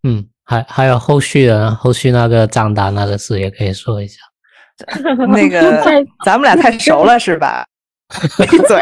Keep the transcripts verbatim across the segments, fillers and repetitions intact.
嗯，还还有后续的，后续那个账单那个事也可以说一下。 那个咱们俩太熟了是吧？闭嘴。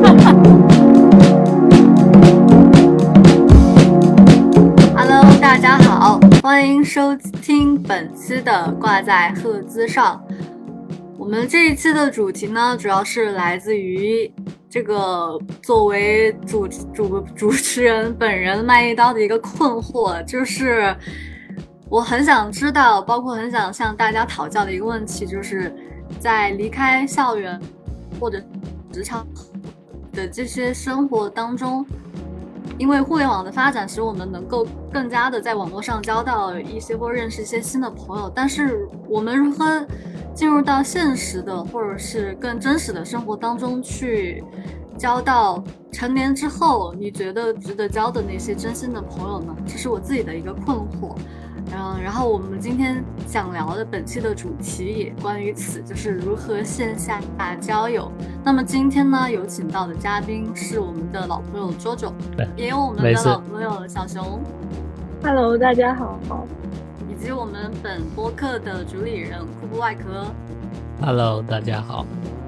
Hello， 大家好，欢迎收听本期的挂在赫兹上。我们这一期的主题呢，主要是来自于这个作为主主主持人本人麦一刀的一个困惑，就是我很想知道，包括很想向大家讨教的一个问题，就是在离开校园或者职场的这些生活当中，因为互联网的发展使我们能够更加的在网络上交到一些或认识一些新的朋友，但是我们如何进入到现实的或者是更真实的生活当中去交到成年之后你觉得值得交的那些真心的朋友呢？这是我自己的一个困惑。嗯，然后我们今天想聊的本期的主题也关于此，就是如何线下交友。那么今天呢，有请到的嘉宾是我们的老朋友 JoJo， 也有我们的老朋友小熊。 Hello， 大家好。 以及我们本播客的主理人库布外壳。 Hello， 大家好。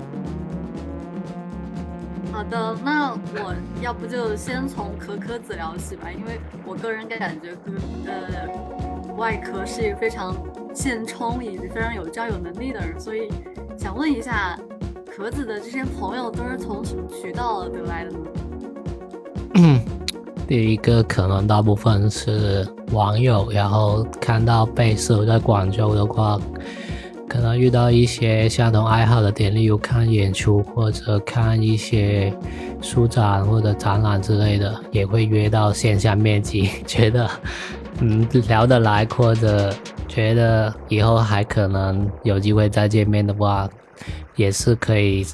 好的，那我要不就先从可可子聊起吧，因为我个人感觉呃。外壳是一个非常现充以及非常有交友能力的人，所以想问一下，壳子的这些朋友都是从什么渠道得来的呢？ 嗯，第一个可能大部分是网友，然后看到贝斯在广州的话，可能遇到一些相同爱好的点，例如看演出或者看一些书展或者展览之类的，也会约到线下面基，觉得嗯，聊得来，或者觉得以后还可能有机会再见面的话，也是可以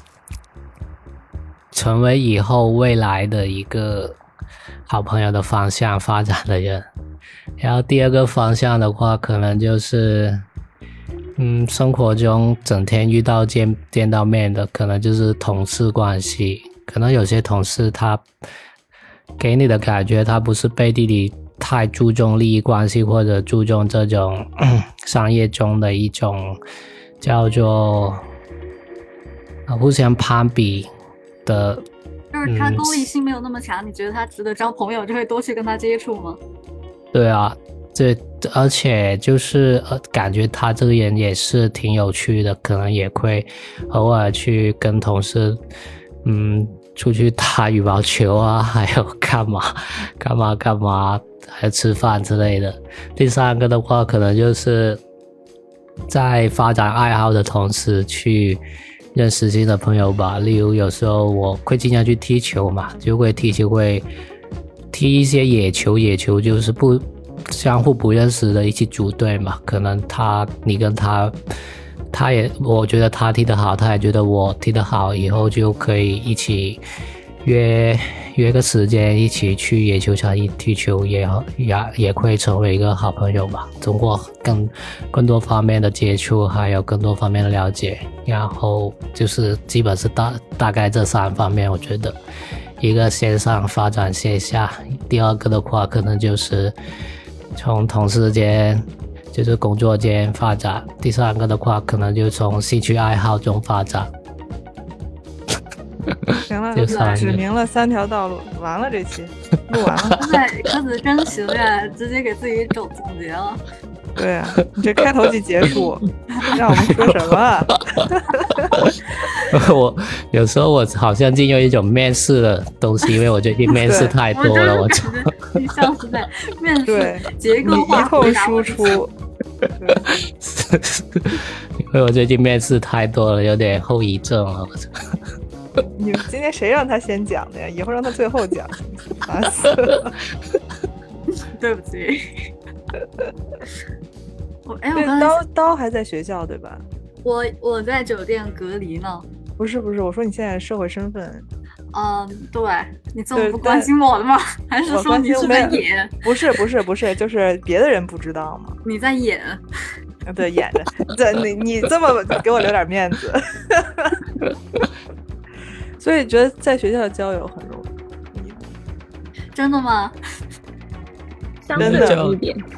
成为以后未来的一个好朋友的方向发展的人。然后第二个方向的话，可能就是嗯，生活中整天遇到见见到面的，可能就是同事关系。可能有些同事他给你的感觉，他不是背地里太注重利益关系，或者注重这种商业中的一种叫做互相攀比的， 就是他功利性没有那么强、嗯、你觉得他值得交朋友，就会多去跟他接触吗？ 对啊，这而且就是呃，感觉他这个人也是挺有趣的，可能也会偶尔去跟同事嗯出去打羽毛球啊，还有干嘛干嘛干嘛，还有吃饭之类的。第三个的话，可能就是在发展爱好的同时去认识新的朋友吧。例如有时候我会经常去踢球嘛，就会踢球会踢一些野球，野球就是不相互不认识的一起组队嘛，可能他你跟他他也我觉得他踢得好，他也觉得我踢得好，以后就可以一起约约个时间一起去野球场踢球，也也也会成为一个好朋友吧。通过更更多方面的接触，还有更多方面的了解，然后就是基本是大大概这三方面，我觉得一个线上发展线下，第二个的话可能就是从同事间就是工作间发展，第三个的话可能就从兴趣爱好中发展。 行了，指明了三条道路，完了这期录完了。 现在鸽子真行呀，直接给自己总总结了。 对啊，你这开头即结束，让我们说什么、啊？ 我有时候我好像进入一种面试的东西，因为我最近面试太多了，我觉得你像是在面试结构化一通输出。 因为我最近面试太多了，有点后遗症了。 你们今天谁让他先讲的呀？以后让他最后讲，烦死了。 对不起。我哎，我刚刀刀还在学校对吧？ 我我在酒店隔离呢。 不是不是，我说你现在社会身份。 嗯，对，你这么不关心我的吗？还是说你是在演？ 不是不是不是，就是别的人不知道吗？ 你在演。 对，演着。这你你这么给我留点面子。所以觉得在学校交友很容易。 真的吗？ 相对容易一点。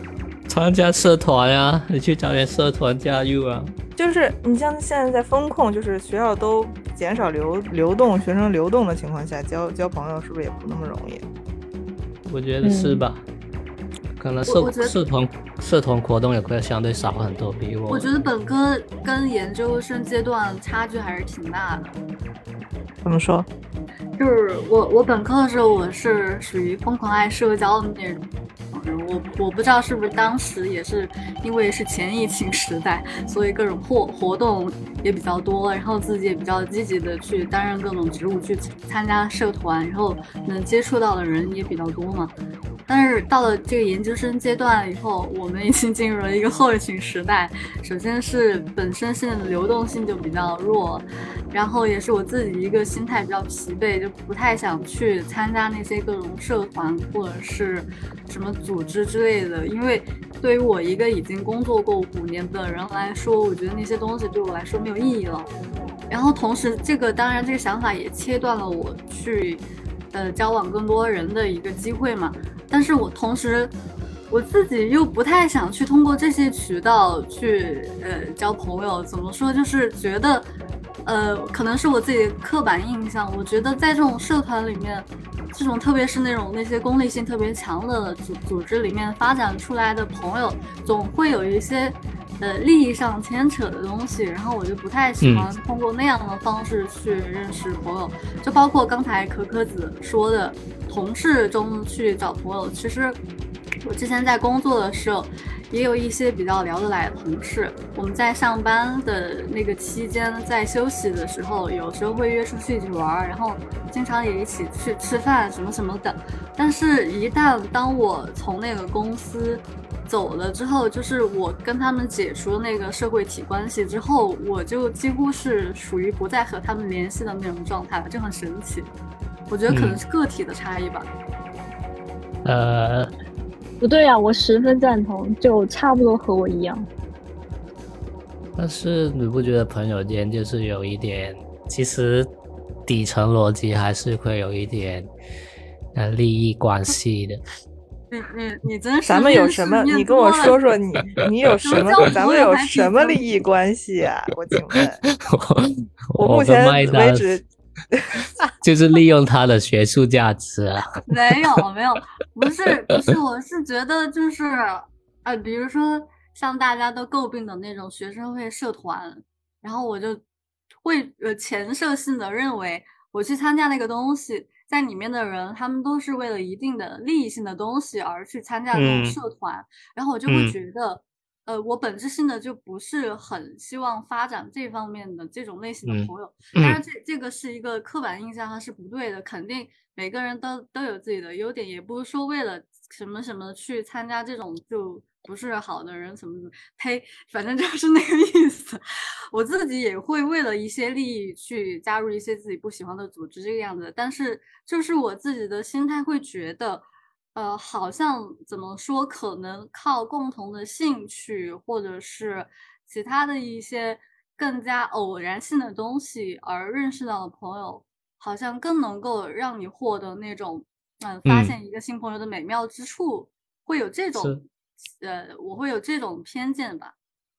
参加社团呀，你去找点社团加入啊。 就是你像现在在风控，就是学校都减少流流动学生流动的情况下，交交朋友是不是也不那么容易？ 我觉得是吧？嗯、可能社社团社团活动也会相对少很多，比我。 我觉得本科跟研究生阶段差距还是挺大的。 怎么说？ 就是我我本科的时候，我是属于疯狂爱社交的那种。我我不知道是不是当时也是因为是前疫情时代，所以各种活活动也比较多，然后自己也比较积极的去担任各种职务，去参加社团，然后能接触到的人也比较多嘛。但是到了这个研究生阶段以后，我们已经进入了一个后疫情时代。首先是本身性的流动性就比较弱，然后也是我自己一个心态比较疲惫，就不太想去参加那些各种社团或者是什么组织之类的。因为对于我一个已经工作过五年的人来说，我觉得那些东西对我来说没有意义了。然后同时这个当然这个想法也切断了我去呃交往更多人的一个机会嘛。但是我同时我自己又不太想去通过这些渠道去呃交朋友。怎么说，就是觉得呃可能是我自己的刻板印象，我觉得在这种社团里面，这种特别是那种那些功利性特别强的组组织里面发展出来的朋友，总会有一些呃利益上牵扯的东西，然后我就不太喜欢通过那样的方式去认识朋友。嗯、就包括刚才可可子说的同事中去找朋友，其实我之前在工作的时候也有一些比较聊得来的同事，我们在上班的那个期间，在休息的时候有时候会约出去一起玩，然后经常也一起去吃饭什么什么的。但是一旦当我从那个公司走了之后，就是我跟他们解除了那个社会体关系之后，我就几乎是属于不再和他们联系的那种状态了，就很神奇。我觉得可能是个体的差异吧。 嗯、呃不对啊，我十分赞同，就差不多和我一样。 但是你不觉得朋友间就是有一点，其实底层逻辑还是会有一点呃利益关系的？ 你你你真是咱们有什么？你跟我说说你你有什么？咱们有什么利益关系啊？我请问，我目前为止。 就是利用他的学术价值啊。 没有没有，不是不是，我是觉得就是呃，比如说像大家都诟病的那种学生会社团，然后我就会呃前设性的认为我去参加那个东西，在里面的人他们都是为了一定的利益性的东西而去参加这种社团、嗯、然后我就会觉得、嗯呃，我本质性的就不是很希望发展这方面的这种类型的朋友。 嗯、 当然这，这这个是一个刻板印象，它是不对的。肯定每个人都都有自己的优点，也不是说为了什么什么去参加这种就不是好的人什么什么。呸，反正就是那个意思。我自己也会为了一些利益去加入一些自己不喜欢的组织这个样子，但是就是我自己的心态会觉得。呃，好像怎么说，可能靠共同的兴趣或者是其他的一些更加偶然性的东西而认识到的朋友，好像更能够让你获得那种嗯、呃，发现一个新朋友的美妙之处，嗯、会有这种呃，我会有这种偏见吧。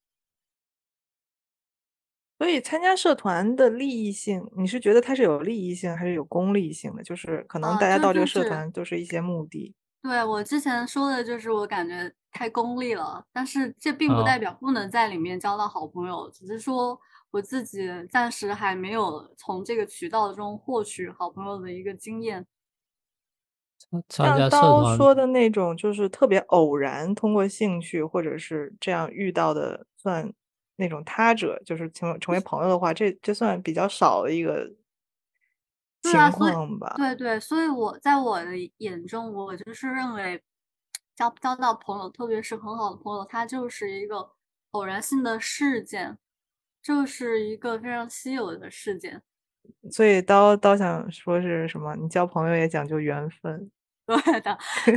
所以参加社团的利益性，你是觉得它是有利益性还是有功利性的？就是可能大家到这个社团都是一些目的。 啊对，我之前说的就是我感觉太功利了，但是这并不代表不能在里面交到好朋友、哦、只是说我自己暂时还没有从这个渠道中获取好朋友的一个经验。 像刀说的那种就是特别偶然通过兴趣或者是这样遇到的，算那种他者，就是成成为朋友的话，这这算比较少的一个情况吧。 对啊，对对，所以我在我的眼中，我就是认为交交到朋友，特别是很好的朋友，它就是一个偶然性的事件，就是一个非常稀有的事件。 所以刀刀想说是什么？你交朋友也讲究缘分。 对的。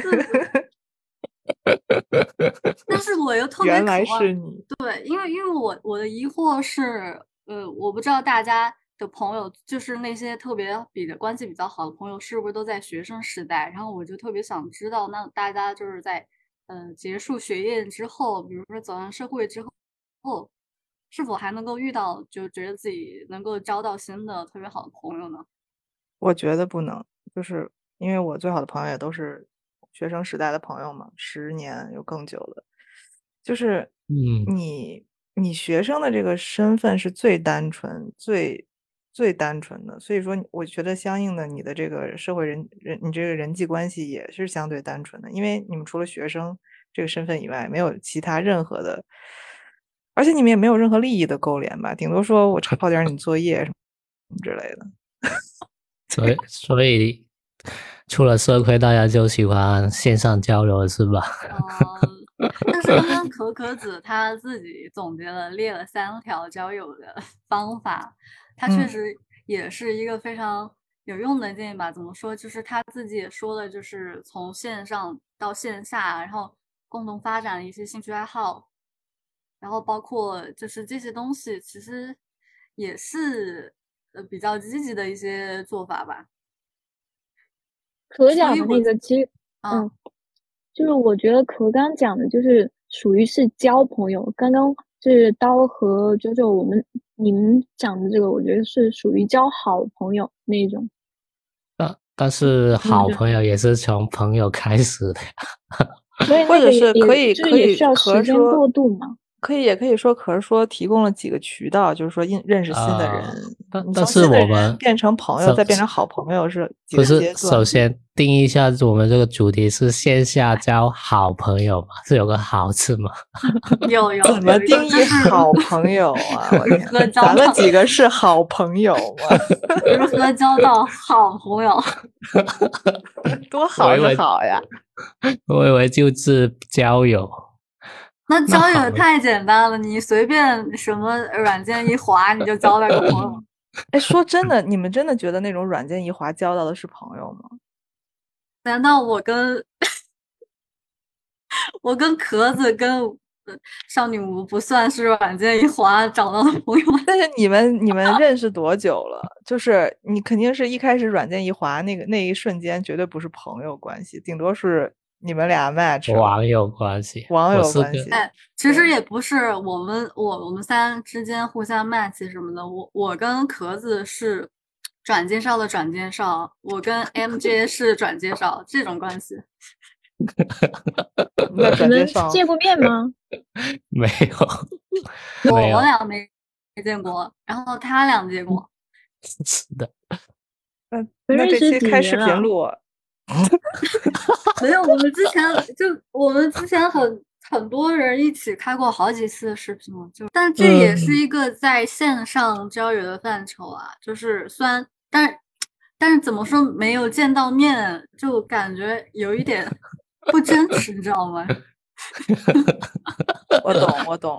但是我又特别原来是你。 对，因为因为我我的疑惑是，呃，我不知道大家的朋友，就是那些特别比的关系比较好的朋友，是不是都在学生时代？然后我就特别想知道，那大家就是在嗯、呃、结束学业之后，比如说走上社会之后，是否还能够遇到就觉得自己能够交到新的特别好的朋友呢？ 我觉得不能，就是因为我最好的朋友也都是学生时代的朋友嘛，十年有更久的。就是你、嗯、你学生的这个身份是最单纯、最最单纯的，所以说我觉得相应的你的这个社会人人你这个人际关系也是相对单纯的，因为你们除了学生这个身份以外，没有其他任何的，而且你们也没有任何利益的勾连吧，顶多说我抄点你作业什么之类的。 所以所以出了社会大家就喜欢线上交流是吧？ 嗯，但是刚刚可可子他自己总结了列了三条交友的方法，他确实也是一个非常有用的建议吧。怎么说，就是他自己也说了，就是从线上到线下，然后共同发展一些兴趣爱好，然后包括就是这些东西其实也是呃比较积极的一些做法吧。 可讲的那个其实嗯、呃、就是我觉得可刚讲的就是属于是交朋友，刚刚就是刀和九九我们你们讲的这个我觉得是属于交好朋友那种。 但但是好朋友也是从朋友开始的呀。 所以或者是可以可以需要时间过渡嘛。 可以也可以说，可是说提供了几个渠道，就是说认认识新的人， 呃、但你但是我们变成朋友再变成好朋友是几不是个阶段？ 首先定义一下我们这个主题是线下交好朋友嘛，是有个好字吗？ 有有怎么定义好朋友啊？我天，咱们几个是好朋友吗？ 如何交到好朋友？ 多好是好呀！ 我以为就是交友。 那交友太简单了，你随便什么软件一滑你就交到个朋友。 哎，说真的，你们真的觉得那种软件一滑交到的是朋友吗？ 难道我跟我跟壳子跟少女无不算是软件一滑找到的朋友吗？ 但是你们你们认识多久了？就是你肯定是一开始软件一滑那个那一瞬间绝对不是朋友关系，顶多是你们俩 match 网友关系， 网友关系。 哎，其实也不是我们我我们三之间互相 match 什么的。我我跟壳子是转介绍的转介绍，我跟 M J 是转介绍，这种关系。 你们见过面吗？ 没有， 我我俩没没见过，然后他俩见过。 是的。 嗯，那这期开视频录。 没有，我们之前就我们之前很很多人一起开过好几次视频了，就但这也是一个在线上交友的范畴啊。嗯、就是虽然，但是但是怎么说没有见到面，就感觉有一点不真实，你知道吗？ 我懂，我懂。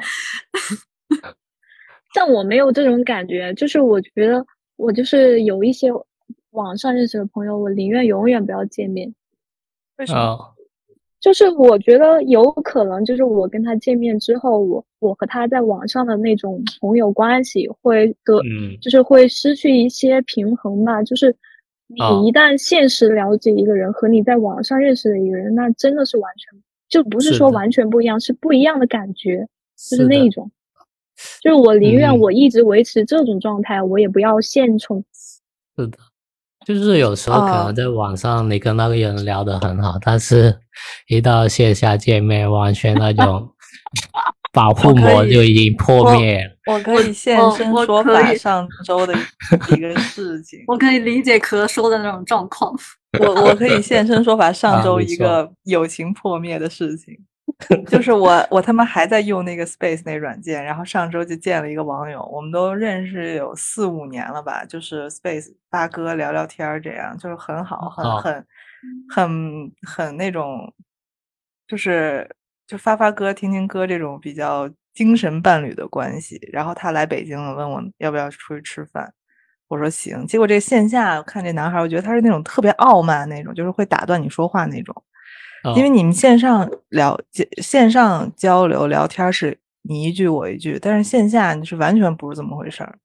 但我没有这种感觉，就是我觉得我就是有一些网上认识的朋友，我宁愿永远不要见面。 为什么？ 哦、 就是我觉得有可能，就是我跟他见面之后，我我和他在网上的那种朋友关系会得， 嗯， 就是会失去一些平衡吧。就是你一旦现实了解一个人、哦、和你在网上认识的一个人，那真的是完全就不是说完全不一样， 是, 是不一样的感觉，就是那一种。就是我宁愿我一直维持这种状态、嗯，我也不要现充。 是的。就是有时候可能在网上你跟那个人聊得很好，哦、但是一到线下见面，完全那种保护膜就已经破灭了。 我, 我可以现身说法上周的一个事情。 我可以理解壳说的那种状况。 我我可以现身说法上周一个友情破灭的事情。就是我我他妈还在用那个 Space 那软件，然后上周就见了一个网友，我们都认识有四五年了吧，就是 Space 发歌聊聊天这样，就是很好，很很很很那种，就是就发发歌听听歌这种比较精神伴侣的关系。然后他来北京了，问我要不要出去吃饭，我说行。结果这线下看这男孩，我觉得他是那种特别傲慢那种，就是会打断你说话那种。因为你们线上聊线上交流聊天是你一句我一句，但是线下你是完全不是这么回事儿。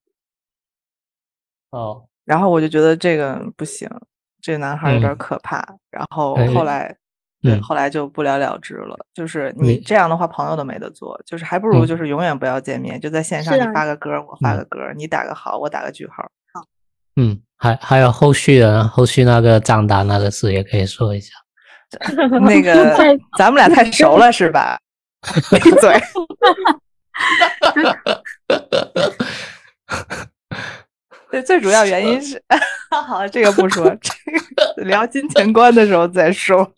哦， 然后我就觉得这个不行，这个男孩有点可怕。嗯、然后后来对， 嗯， 后来就不了了之了。就是你这样的话，朋友都没得做，就是还不如就是永远不要见面，嗯、就在线上，你发个歌，我发个歌，嗯、你打个好，我打个句号。好， 嗯，还还有后续的，后续那个账单那个事也可以说一下。 那个咱们俩太熟了是吧？闭嘴。对，最主要原因是，好，这个不说，这个聊金钱观的时候再说。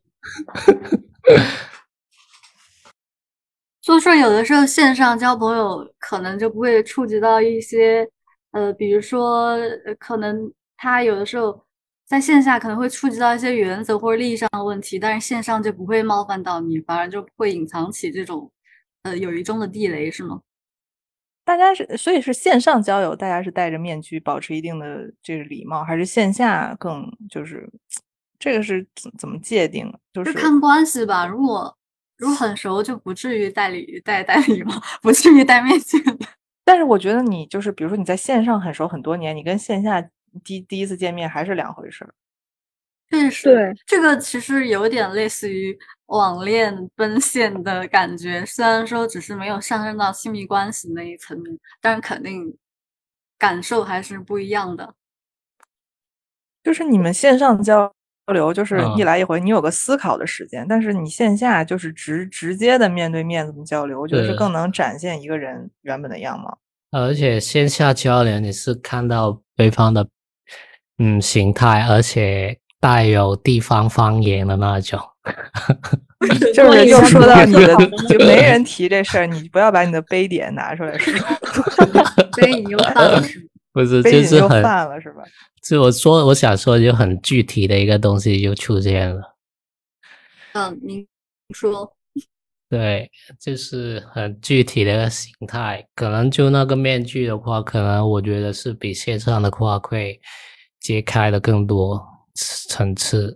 就是有的时候线上交朋友，可能就不会触及到一些，呃，比如说，可能他有的时候在线下可能会触及到一些原则或者利益上的问题，但是线上就不会冒犯到你，反而就会隐藏起这种，呃，友谊中的地雷，是吗？ 大家是，所以是线上交友，大家是戴着面具，保持一定的这个礼貌，还是线下更就是这个是怎怎么界定？就是看关系吧。如果如果很熟，就不至于戴礼戴戴礼貌，不至于戴面具。 但是我觉得你就是，比如说你在线上很熟很多年，你跟线下第第一次见面还是两回事儿。 确实，这个其实有点类似于网恋奔现的感觉，虽然说只是没有上升到亲密关系那一层面，但是肯定感受还是不一样的。 就是你们线上交流，就是一来一回，你有个思考的时间，嗯、但是你线下就是直直接的面对面怎么交流，我觉得是更能展现一个人原本的样貌。 而且线下交流你是看到对方的嗯形态，而且带有地方方言的那种。 就是又说到你的，就没人提这事儿，你不要把你的悲点拿出来说。 悲你又犯了， 不是，就是很犯了是吧？ 就我说我想说就很具体的一个东西就出现了。 嗯，您说。 对，就是很具体的一个形态，可能就那个面具的话，可能我觉得是比线上的话会揭开的更多层次。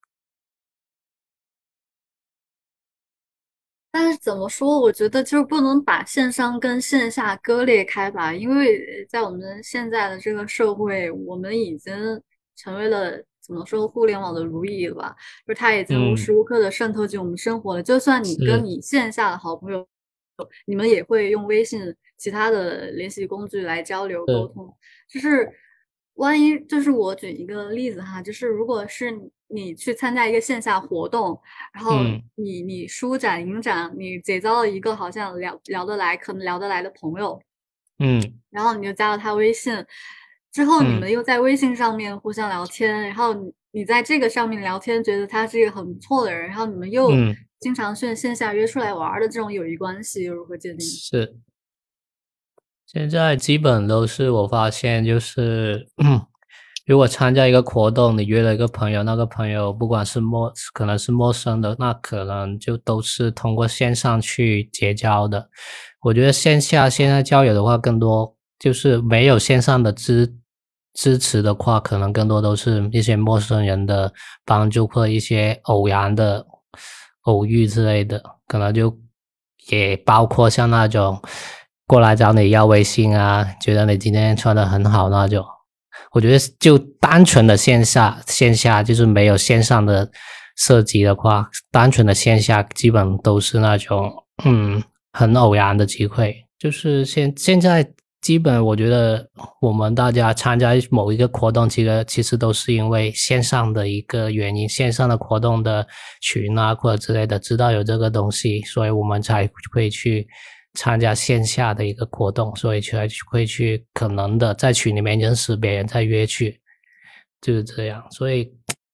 但是怎么说，我觉得就是不能把线上跟线下割裂开吧，因为在我们现在的这个社会，我们已经成为了怎么说互联网的奴役了吧？就是它已经无时无刻的渗透进我们生活了。嗯、就算你跟你线下的好朋友，你们也会用微信其他的联系工具来交流沟通。就是万一就是我举一个例子哈，就是如果是你去参加一个线下活动，然后你、嗯、你舒展影展，你结交了一个好像聊聊得来，可能聊得来的朋友， 嗯， 然后你就加了他微信，之后你们又在微信上面互相聊天，嗯、然后你你在这个上面聊天，觉得他是一个很不错的人，然后你们又经常去线下约出来玩的这种友谊关系又如何界定？ 是。现在基本都是我发现就是，嗯，如果参加一个活动，你约了一个朋友，那个朋友不管是陌可能是陌生的，那可能就都是通过线上去结交的。我觉得线下现在交友的话，更多就是没有线上的支支持的话，可能更多都是一些陌生人的帮助或一些偶然的偶遇之类的，可能就也包括像那种过来找你要微信啊，觉得你今天穿得很好那种。我觉得就单纯的线下线下就是没有线上的涉及的话，单纯的线下基本都是那种嗯很偶然的机会。就是现现在基本我觉得我们大家参加某一个活动，其实其实都是因为线上的一个原因，线上的活动的群啊或者之类的，知道有这个东西，所以我们才会去参加线下的一个活动，所以才会去可能的在群里面认识别人，再约去，就是这样。所以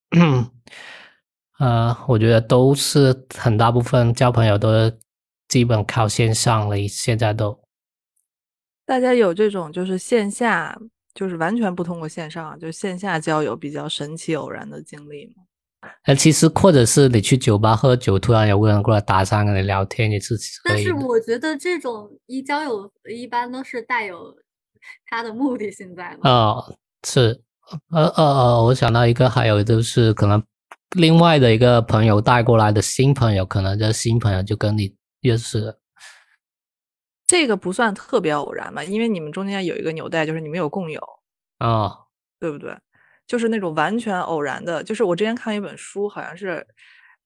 呃，我觉得都是很大部分交朋友都是基本靠线上了，现在都。 大家有这种就是线下就是完全不通过线上，就线下交友比较神奇偶然的经历吗？ 呃，其实或者是你去酒吧喝酒，突然有个人过来搭讪跟你聊天也是可以的。 但是我觉得这种一交友一般都是带有他的目的性在的。 哦，是，呃呃呃，我想到一个，还有就是可能另外的一个朋友带过来的新朋友，可能这新朋友就跟你认识了。 这个不算特别偶然嘛，因为你们中间有一个纽带，就是你们有共友， 哦， 对不对？就是那种完全偶然的，就是我之前看一本书，好像是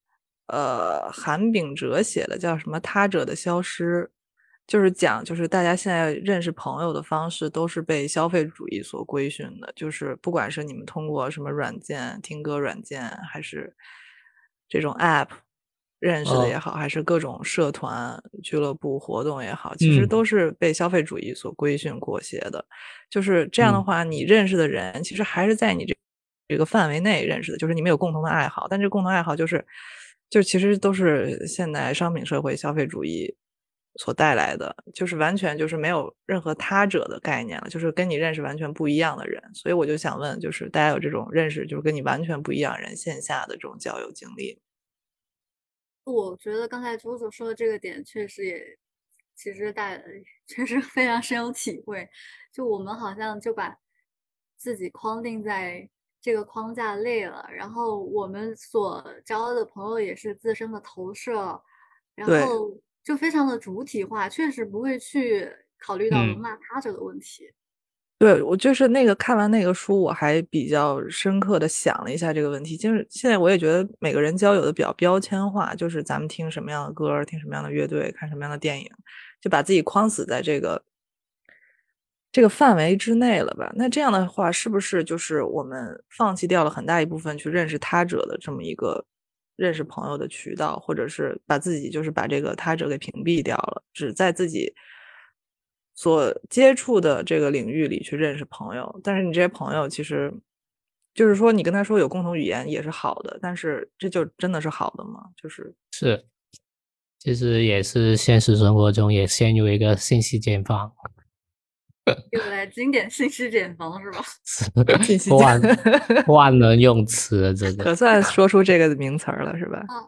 呃韩炳哲写的，叫什么《他者的消失》，就是讲就是大家现在认识朋友的方式都是被消费主义所规训的，就是不管是你们通过什么软件听歌软件，还是这种 app 认识的也好，还是各种社团俱乐部活动也好，其实都是被消费主义所规训裹挟的。就是这样的话，你认识的人其实还是在你这这个范围内认识的，就是你们有共同的爱好，但这共同爱好就是就其实都是现代商品社会消费主义所带来的，就是完全就是没有任何他者的概念了，就是跟你认识完全不一样的人。所以我就想问，就是大家有这种认识就是跟你完全不一样人线下的这种交友经历？ 我觉得刚才朱总说的这个点确实也，其实大确实非常深有体会。就我们好像就把自己框定在这个框架内了，然后我们所交的朋友也是自身的投射，然后就非常的主体化，确实不会去考虑到容纳他者的问题。 对，我就是那个看完那个书，我还比较深刻的想了一下这个问题。就是现在我也觉得每个人交友的比较标签化，就是咱们听什么样的歌，听什么样的乐队，看什么样的电影，就把自己框死在这个这个范围之内了吧。那这样的话，是不是就是我们放弃掉了很大一部分去认识他者的这么一个认识朋友的渠道，或者是把自己就是把这个他者给屏蔽掉了，只在自己所接触的这个领域里去认识朋友。但是你这些朋友其实就是说你跟他说有共同语言也是好的，但是这就真的是好的吗？就是是其实也是现实生活中也陷入一个信息茧房。 又来经典信息茧房是吧？ 信息万万能用词，这个可算说出这个名词了是吧？ 啊，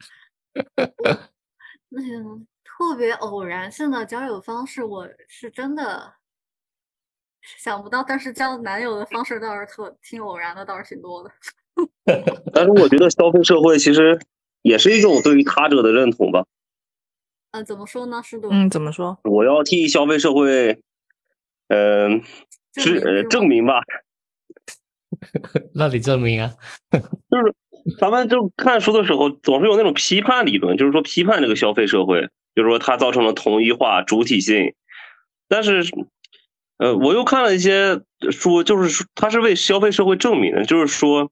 那些特别偶然性的交友方式，我是真的想不到，但是交男友的方式倒是特挺偶然的，倒是挺多的。 但是我觉得消费社会其实也是一种对于他者的认同吧。 嗯、呃，怎么说呢？是的。 嗯，怎么说？ 我要替消费社会，嗯、呃，是证明吧。 那你证明啊？ 就是咱们就看书的时候，总是有那种批判理论，就是说批判这个消费社会，就是说它造成了统一化、主体性。但是，呃，我又看了一些书，就是说它是为消费社会证明的，就是说，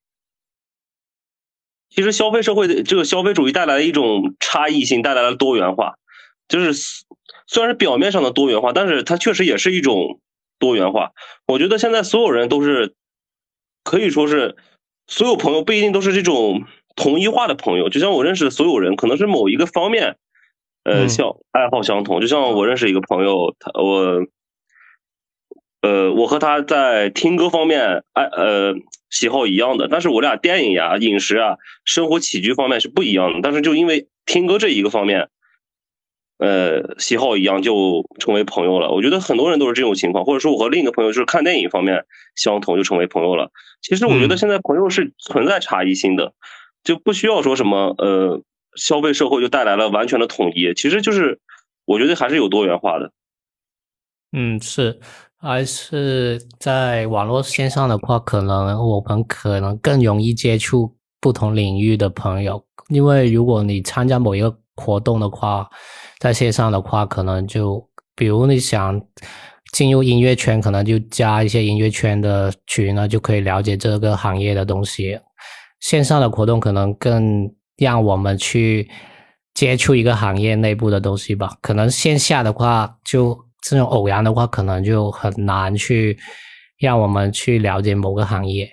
其实消费社会的这个消费主义带来了一种差异性，带来了多元化。就是虽然是表面上的多元化，但是它确实也是一种多元化。我觉得现在所有人都是可以说是所有朋友不一定都是这种同一化的朋友，就像我认识的所有人可能是某一个方面呃像爱好相同，就像我认识一个朋友，他我呃我和他在听歌方面爱呃喜好一样的，但是我俩电影呀、饮食啊、生活起居方面是不一样的，但是就因为听歌这一个方面呃，喜好一样就成为朋友了。我觉得很多人都是这种情况，或者说我和另一个朋友就是看电影方面相同就成为朋友了。其实我觉得现在朋友是存在差异性的，就不需要说什么呃消费社会就带来了完全的统一，其实就是我觉得还是有多元化的。 嗯，是，还是在网络线上的话，可能我们可能更容易接触不同领域的朋友，因为如果你参加某一个活动的话，在线上的话，可能就比如你想进入音乐圈，可能就加一些音乐圈的群呢，就可以了解这个行业的东西。线上的活动可能更让我们去接触一个行业内部的东西吧。可能线下的话，就这种偶然的话，可能就很难去让我们去了解某个行业。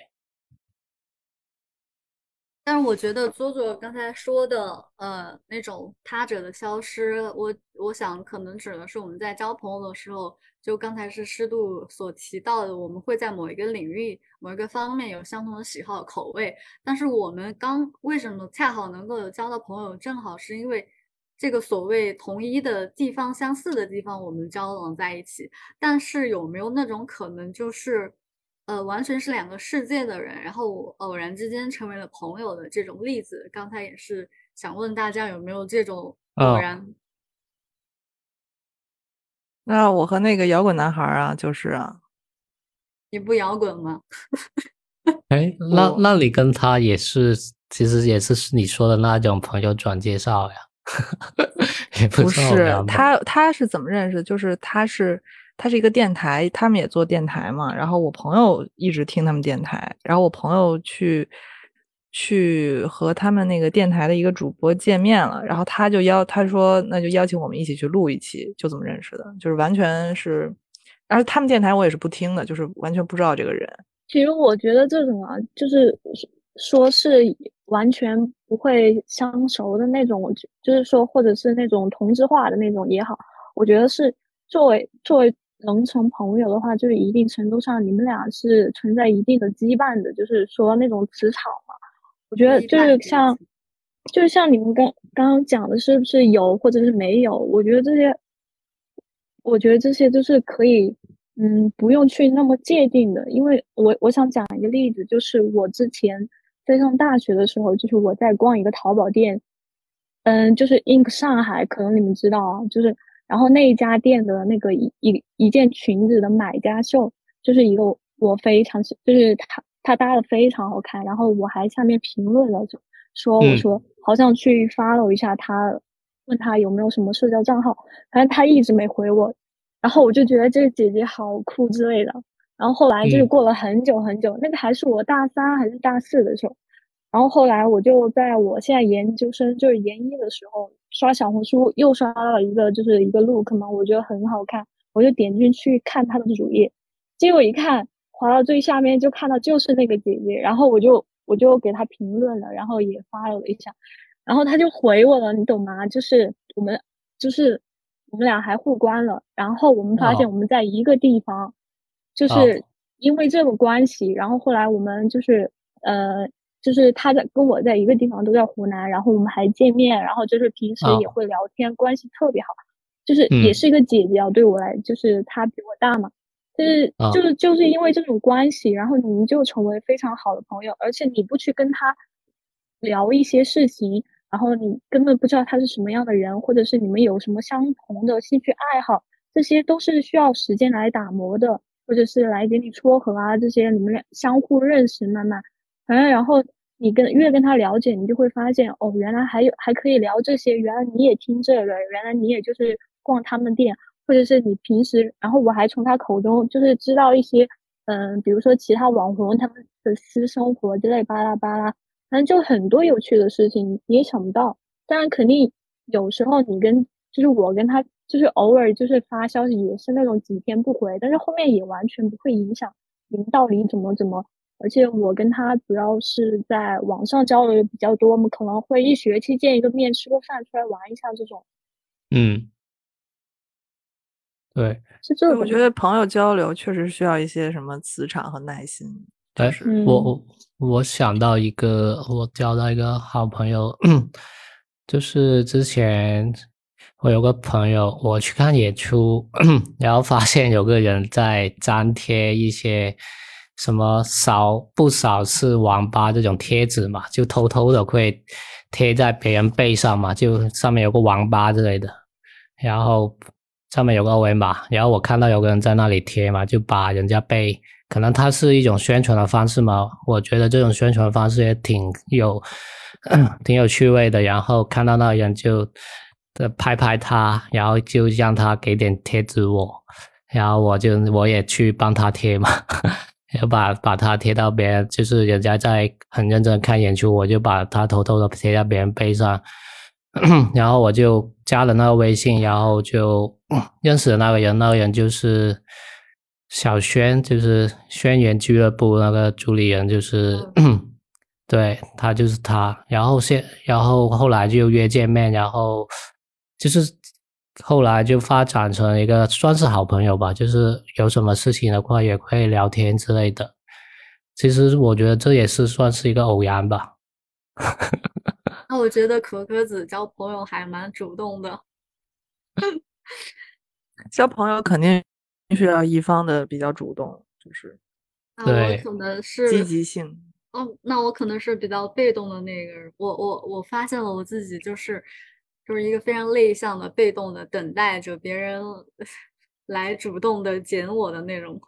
但是我觉得佐佐刚才说的，呃，那种他者的消失，我我想可能指的是我们在交朋友的时候，就刚才是适度所提到的，我们会在某一个领域、某一个方面有相同的喜好口味，但是我们刚为什么恰好能够有交到朋友，正好是因为这个所谓同一的地方、相似的地方，我们交往在一起。但是有没有那种可能，就是呃，完全是两个世界的人，然后偶然之间成为了朋友的这种例子？刚才也是想问大家有没有这种偶然？哦、 那我和那个摇滚男孩啊，就是啊， 你不摇滚吗？ 哎，那那你跟他也是，其实也是你说的那种朋友转介绍呀？也不不是， 是他他是怎么认识？就是他是他是一个电台，他们也做电台嘛。然后我朋友一直听他们电台，然后我朋友去去和他们那个电台的一个主播见面了，然后他就邀他说那就邀请我们一起去录一期，就这么认识的，就是完全是，而他们电台我也是不听的，就是完全不知道这个人。 其实我觉得这种啊，就是说是完全不会相熟的那种，就是说或者是那种同质化的那种也好，我觉得是作为作为能成朋友的话，就是一定程度上你们俩是存在一定的羁绊的，就是说那种磁场嘛。我觉得就是像就是像你们刚刚刚讲的，是不是有或者是没有？我觉得这些，我觉得这些都是可以。嗯，不用去那么界定的，因为我我想讲一个例子，就是我之前在上大学的时候，就是我在逛一个淘宝店，嗯，就是 ink 上海，可能你们知道啊，就是然后那一家店的那个一一一件裙子的买家秀，就是一个我非常就是他他搭的非常好看，然后我还下面评论了，就说我说好想去 follow 一下他，问他有没有什么社交账号，反正他一直没回我。然后我就觉得这个姐姐好酷之类的，然后后来就是过了很久很久，嗯、那个还是我大三还是大四的时候，然后后来我就在我现在研究生就是研一的时候刷小红书，又刷到了一个就是一个 look 嘛，我觉得很好看，我就点进去看她的主页，结果一看滑到最下面就看到就是那个姐姐，然后我就我就给她评论了，然后也发了一下，然后她就回我了，你懂吗？就是我们就是。我们俩还互关了，然后我们发现我们在一个地方，就是因为这个关系，然后后来我们就是呃，就是他在跟我在一个地方，都在湖南，然后我们还见面，然后就是平时也会聊天，关系特别好，就是也是一个姐姐啊，对我来，就是她比我大嘛，就是就是就是因为这种关系，然后你们就成为非常好的朋友，而且你不去跟他聊一些事情。然后你根本不知道他是什么样的人，或者是你们有什么相同的兴趣爱好，这些都是需要时间来打磨的，或者是来给你撮合啊，这些你们俩相互认识，慢慢，反正然后你跟越跟他了解，你就会发现哦，原来还有还可以聊这些，原来你也听这个，原来你也就是逛他们店，或者是你平时，然后我还从他口中就是知道一些，嗯，比如说其他网红他们的私生活之类巴拉巴拉。反正就很多有趣的事情你也想不到，当然肯定有时候你跟就是我跟他就是偶尔就是发消息也是那种几天不回，但是后面也完全不会影响你们到底怎么怎么，而且我跟他主要是在网上交流比较多，我们可能会一学期见一个面，吃个饭出来玩一下这种。 嗯，对， 是这种。 我觉得朋友交流确实需要一些什么磁场和耐心。 哎， 就是我我我想到一个，我交到一个好朋友，就是之前我有个朋友，我去看演出，然后发现有个人在粘贴一些什么少不少是网吧这种贴纸嘛，就偷偷的会贴在别人背上嘛，就上面有个网吧之类的，然后上面有个二维码，然后我看到有个人在那里贴嘛，就把人家背。可能它是一种宣传的方式嘛，我觉得这种宣传方式也挺有挺有趣味的，然后看到那人就拍拍他，然后就让他给点贴纸我，然后我就我也去帮他贴嘛，要把把他贴到别人，就是人家在很认真看演出，我就把他偷偷的贴在别人背上，然后我就加了那个微信，然后就认识了那个人，那个人就是小轩，就是轩辕俱乐部那个主理人，就是对，他就是他，然后现然后后来就约见面，然后就是后来就发展成一个算是好朋友吧，就是有什么事情的话也会聊天之类的。其实我觉得这也是算是一个偶然吧。 那我觉得可可子交朋友还蛮主动的。 交朋友肯定是要一方的比较主动，就是那我可能是积极性。 哦，那我可能是比较被动的那个人。我我我发现了我自己就是就是一个非常内向的、被动的，等待着别人来主动的捡我的那种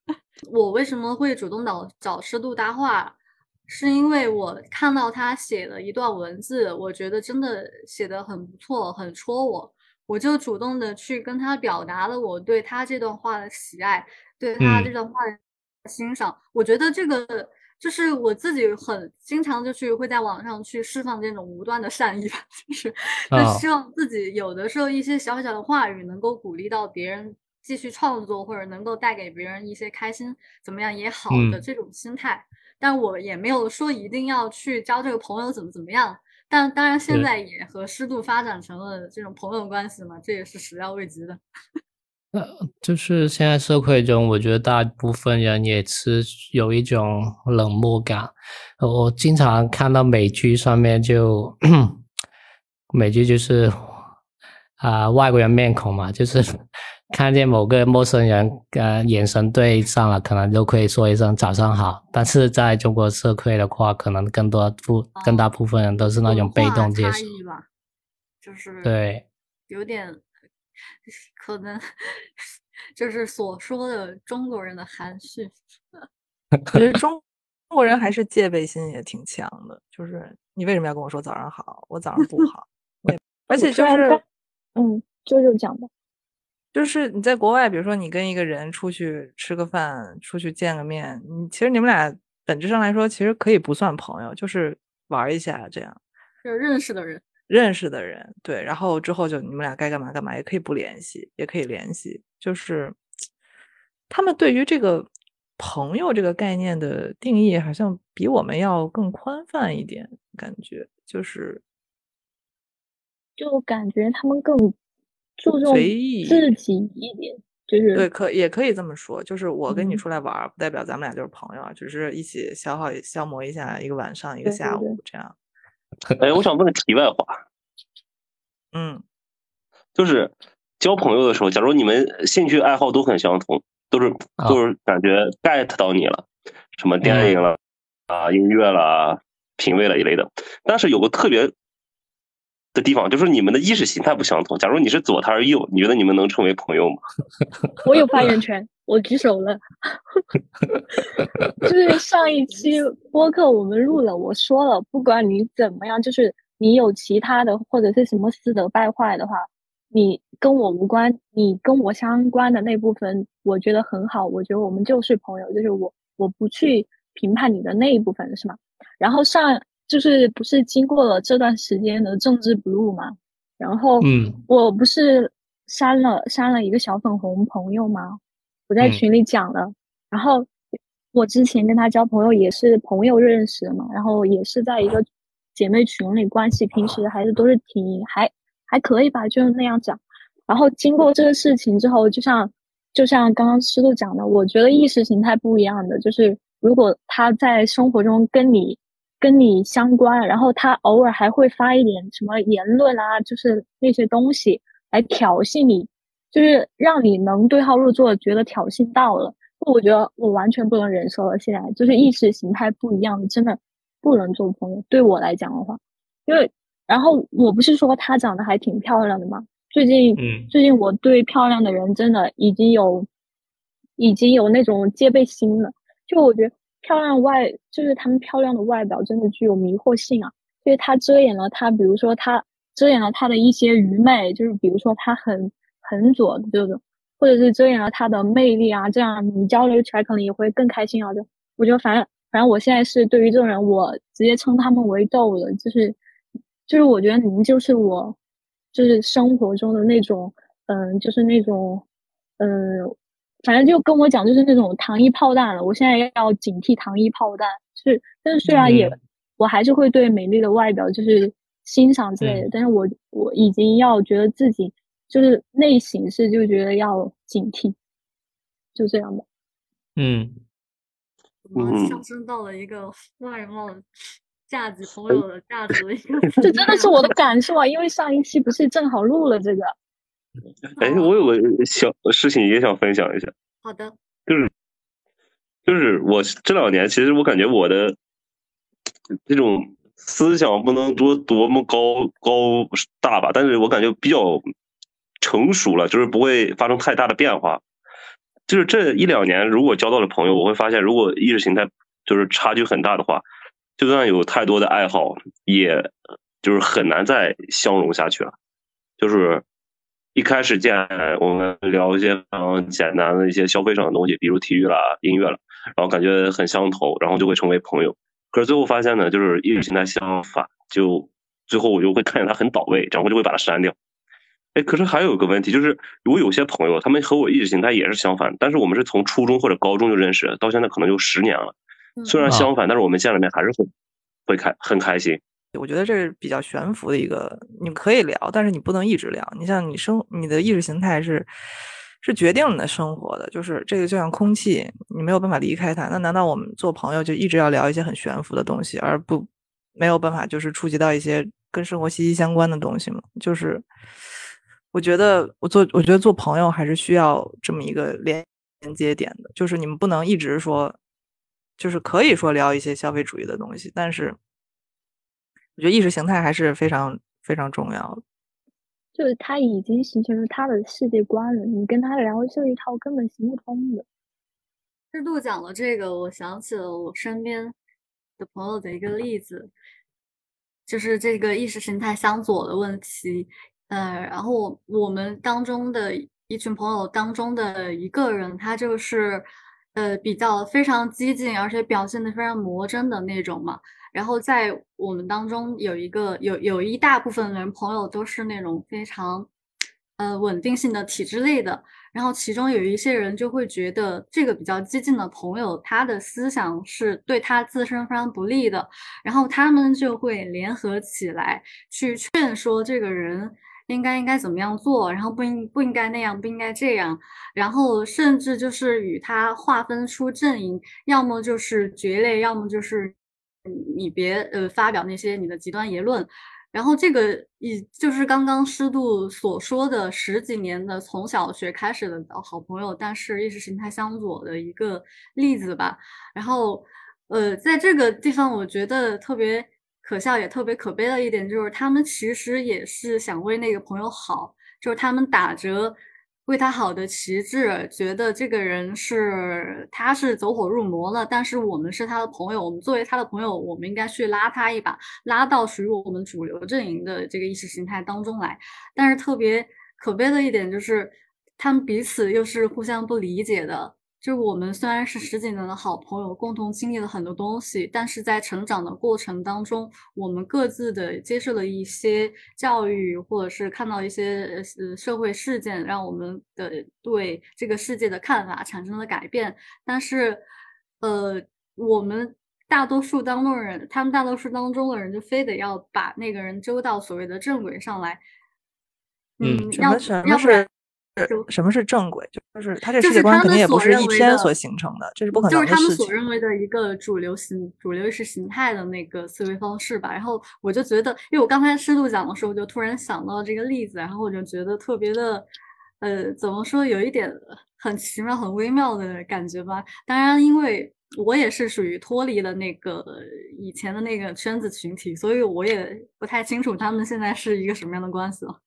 我为什么会主动找找湿度搭话，是因为我看到他写了一段文字，我觉得真的写得很不错，很戳我，我就主动的去跟他表达了我对他这段话的喜爱，对他这段话的欣赏。嗯、我觉得这个就是我自己很经常就去会在网上去释放这种无端的善意吧，就是就希望自己有的时候一些小小的话语能够鼓励到别人继续创作，或者能够带给别人一些开心怎么样也好的这种心态。嗯、但我也没有说一定要去交这个朋友怎么怎么样，但当然现在也和湿度发展成了这种朋友关系嘛，这也是始料未及的。 呃，就是现在社会中，我觉得大部分人也是有一种冷漠感。我经常看到美剧上面就美剧就是啊、呃、外国人面孔嘛，就是看见某个陌生人呃眼神对上了，可能就可以说一声早上好。但是在中国社会的话，可能更多部更大部分人都是那种被动接受， 就是对， 有点可能就是所说的中国人的含蓄。 我觉得中中国人还是戒备心也挺强的，就是你为什么要跟我说早上好？我早上不好。而且就是， 嗯，就就讲的， 就是你在国外，比如说你跟一个人出去吃个饭，出去见个面，你其实你们俩本质上来说，其实可以不算朋友，就是玩一下这样。 就是认识的人。 认识的人，对，然后之后就你们俩该干嘛干嘛，也可以不联系，也可以联系。就是他们对于这个朋友这个概念的定义，好像比我们要更宽泛一点，感觉就是就感觉他们更注重随意自己一点，就是对，可也可以这么说，就是我跟你出来玩，嗯、不代表咱们俩就是朋友啊，只是一起消耗消磨一下一个晚上一个下午对对对这样。 哎，我想问个题外话， 嗯， 就是交朋友的时候，假如你们兴趣爱好都很相同，都是都是感觉 get 到你了，什么电影了、嗯、啊、音乐了、品味了一类的，但是有个特别的地方，就是你们的意识形态不相同。假如你是左，他是右，你觉得你们能成为朋友吗？ 我有发言权，我举手了。就是上一期播客我们录了，我说了，不管你怎么样，就是你有其他的或者是什么私德败坏的话，你跟我无关，你跟我相关的那部分，我觉得很好，我觉得我们就是朋友，就是我我不去评判你的那一部分，是吗？然后上就是不是经过了这段时间的政治不入嘛，然后嗯， 我不是删了删了一个小粉红朋友吗？我在群里讲了，嗯、然后我之前跟他交朋友也是朋友认识的嘛，然后也是在一个姐妹群里，关系平时还是都是挺还还可以吧，就是那样讲。然后经过这个事情之后，就像就像刚刚师度讲的，我觉得意识形态不一样的，就是如果他在生活中跟你跟你相关，然后他偶尔还会发一点什么言论啊，就是那些东西来挑衅你，就是让你能对号入座，觉得挑衅到了。我觉得我完全不能忍受了。现在就是意识形态不一样，真的不能做朋友。对我来讲的话，因为然后我不是说她长得还挺漂亮的嘛，最近、嗯、最近我对漂亮的人真的已经有已经有那种戒备心了。就我觉得漂亮外就是她们漂亮的外表真的具有迷惑性啊，因为她遮掩了她，比如说她遮掩了她的一些愚昧，就是比如说她很很左的这种。或者是遮掩了他的魅力啊，这样你交流起来可能也会更开心啊。就我觉得反正反正我现在是对于这种人，我直接称他们为豆的，就是就是我觉得您就是我就是生活中的那种嗯，就是那种嗯，反正就跟我讲就是那种糖衣炮弹了。我现在要警惕糖衣炮弹，是但是虽然也、嗯、我还是会对美丽的外表就是欣赏之类的，嗯、但是我我已经要觉得自己。就是内省是就觉得要警惕，就这样的。 嗯， 我们上升到了一个外貌价值朋友的价值的一个， 这真的是我的感受啊！因为上一期不是正好录了这个。 哎，我有个小事情也想分享一下。 好的。 就是就是我这两年，其实我感觉我的这种思想不能多多么高高大吧，但是我感觉比较成熟了，就是不会发生太大的变化。 就是这一两年，如果交到了朋友，我会发现，如果意识形态就是差距很大的话，就算有太多的爱好，也就是很难再相融下去了。就是一开始见我们聊一些非常简单的一些消费上的东西，比如体育啦、音乐啦，然后感觉很相投，然后就会成为朋友。可是最后发现呢，就是意识形态相反，就最后我就会看见他很倒位，然后就会把他删掉。哎，可是还有一个问题，就是我有些朋友，他们和我意识形态也是相反，但是我们是从初中或者高中就认识，到现在可能就十年了。虽然相反，但是我们见了面还是会会开很开心。 我觉得这是比较悬浮的一个，你可以聊，但是你不能一直聊。你像你生你的意识形态是是决定你的生活的，就是这个就像空气，你没有办法离开它。那难道我们做朋友就一直要聊一些很悬浮的东西，而不没有办法就是触及到一些跟生活息息相关的东西吗？就是我觉得我做我觉得做朋友还是需要这么一个连连接点的，就是你们不能一直说，就是可以说聊一些消费主义的东西，但是我觉得意识形态还是非常非常重要的。 就是他已经形成了他的世界观了，你跟他聊这一套根本行不通的。 适度讲了这个，我想起了我身边的朋友的一个例子，就是这个意识形态相左的问题。呃，然后我们当中的一群朋友当中的一个人，他就是呃比较非常激进，而且表现得非常魔怔的那种嘛。然后在我们当中有一个有有一大部分人朋友都是那种非常呃稳定性的体制类的，然后其中有一些人就会觉得这个比较激进的朋友他的思想是对他自身非常不利的，然后他们就会联合起来去劝说这个人应该应该怎么样做，然后不应不应该那样，不应该这样，然后甚至就是与他划分出阵营，要么就是决裂，要么就是你别呃发表那些你的极端言论。然后这个以就是刚刚湿度所说的十几年的从小学开始的好朋友，但是意识形态相左的一个例子吧。然后呃，在这个地方我觉得特别可笑也特别可悲的一点就是他们其实也是想为那个朋友好，就是他们打着为他好的旗帜，觉得这个人是他是走火入魔了，但是我们是他的朋友，我们作为他的朋友，我们应该去拉他一把，拉到属于我们主流阵营的这个意识形态当中来。但是特别可悲的一点就是，他们彼此又是互相不理解的。就是我们虽然是十几年的好朋友，共同经历了很多东西，但是在成长的过程当中，我们各自的接受了一些教育，或者是看到一些呃社会事件，让我们的对这个世界的看法产生了改变。但是，呃，我们大多数当中的人，他们大多数当中的人就非得要把那个人揪到所谓的正轨上来。嗯， 什么什么是？什么是正轨？就是他这世界观肯定也不是一天所形成的，这是不可能的事情。 就是他们所认为的一个主流形、主流意识形态的那个思维方式吧。然后我就觉得，因为我刚才湿度讲的时候，我就突然想到这个例子，然后我就觉得特别的，呃，怎么说，有一点很奇妙、很微妙的感觉吧。当然，因为我也是属于脱离了那个以前的那个圈子群体，所以我也不太清楚他们现在是一个什么样的关系了。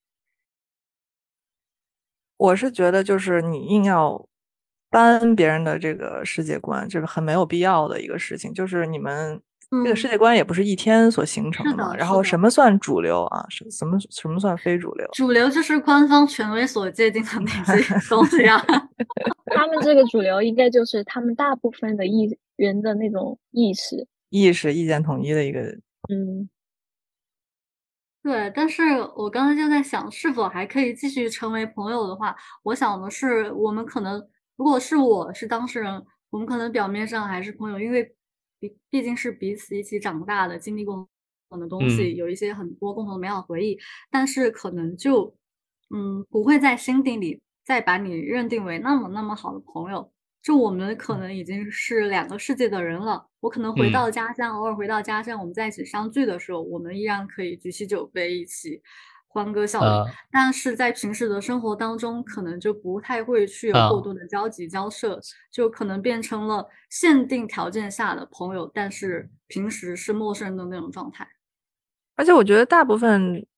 我是觉得，就是你硬要搬别人的这个世界观，这是很没有必要的一个事情。就是你们这个世界观也不是一天所形成的嘛。 嗯、 然后什么算主流啊？什么什么算非主流？ 主流就是官方权威所界定的那些东西啊。 他们这个主流应该就是他们大部分的意人的那种意识、 意识、意见统一的一个， 嗯。 对，但是我刚才就在想，是否还可以继续成为朋友的话，我想的是，我们可能，如果是我是当事人，我们可能表面上还是朋友，因为毕毕竟是彼此一起长大的，经历过的东西， 嗯、 有一些很多共同的美好回忆，但是可能就，嗯，不会在心底里再把你认定为那么那么好的朋友。就我们可能已经是两个世界的人了，我可能回到家乡、嗯、偶尔回到家乡，我们在一起相聚的时候，我们依然可以举起酒杯一起欢歌笑语、呃、但是在平时的生活当中可能就不太会去有过多的交集交涉、呃、就可能变成了限定条件下的朋友，但是平时是陌生的那种状态。 而且我觉得大部分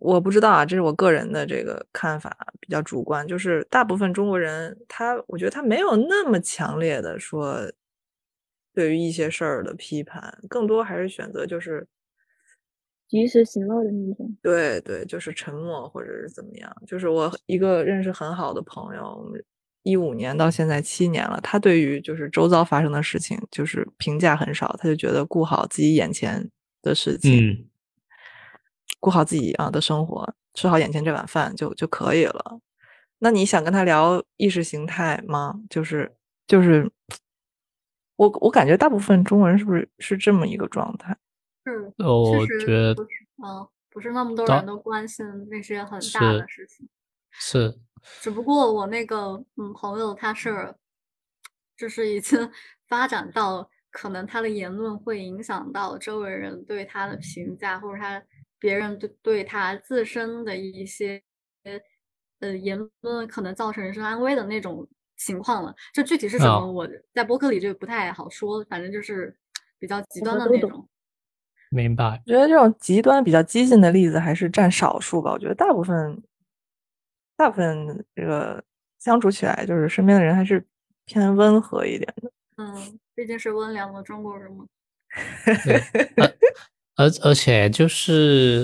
我不知道啊，这是我个人的这个看法，比较主观。就是大部分中国人，他我觉得他没有那么强烈的说对于一些事儿的批判，更多还是选择就是及时行乐的那种。 对对，就是沉默或者是怎么样。就是我一个认识很好的朋友，我们一五年到现在七年了，他对于就是周遭发生的事情就是评价很少，他就觉得顾好自己眼前的事情。 嗯。 顾好自己啊的生活，吃好眼前这碗饭就就可以了。那你想跟他聊意识形态吗？就是就是，我我感觉大部分中国人是不是是这么一个状态？ 是， 我确实觉得不是，嗯，不是那么多人都关心那些很大的事情。 是，是只不过我那个嗯朋友他是，就是已经发展到可能他的言论会影响到周围人对他的评价，或者他别人对对他自身的一些呃言论可能造成人身安危的那种情况了。就具体是什么， 哦、 我在播客里就不太好说，反正就是比较极端的那种。 明白。 我觉得这种极端比较激进的例子还是占少数吧。我觉得大部分大部分这个相处起来，就是身边的人还是偏温和一点的。 嗯，毕竟是温良的中国人嘛。 对，而而而且就是，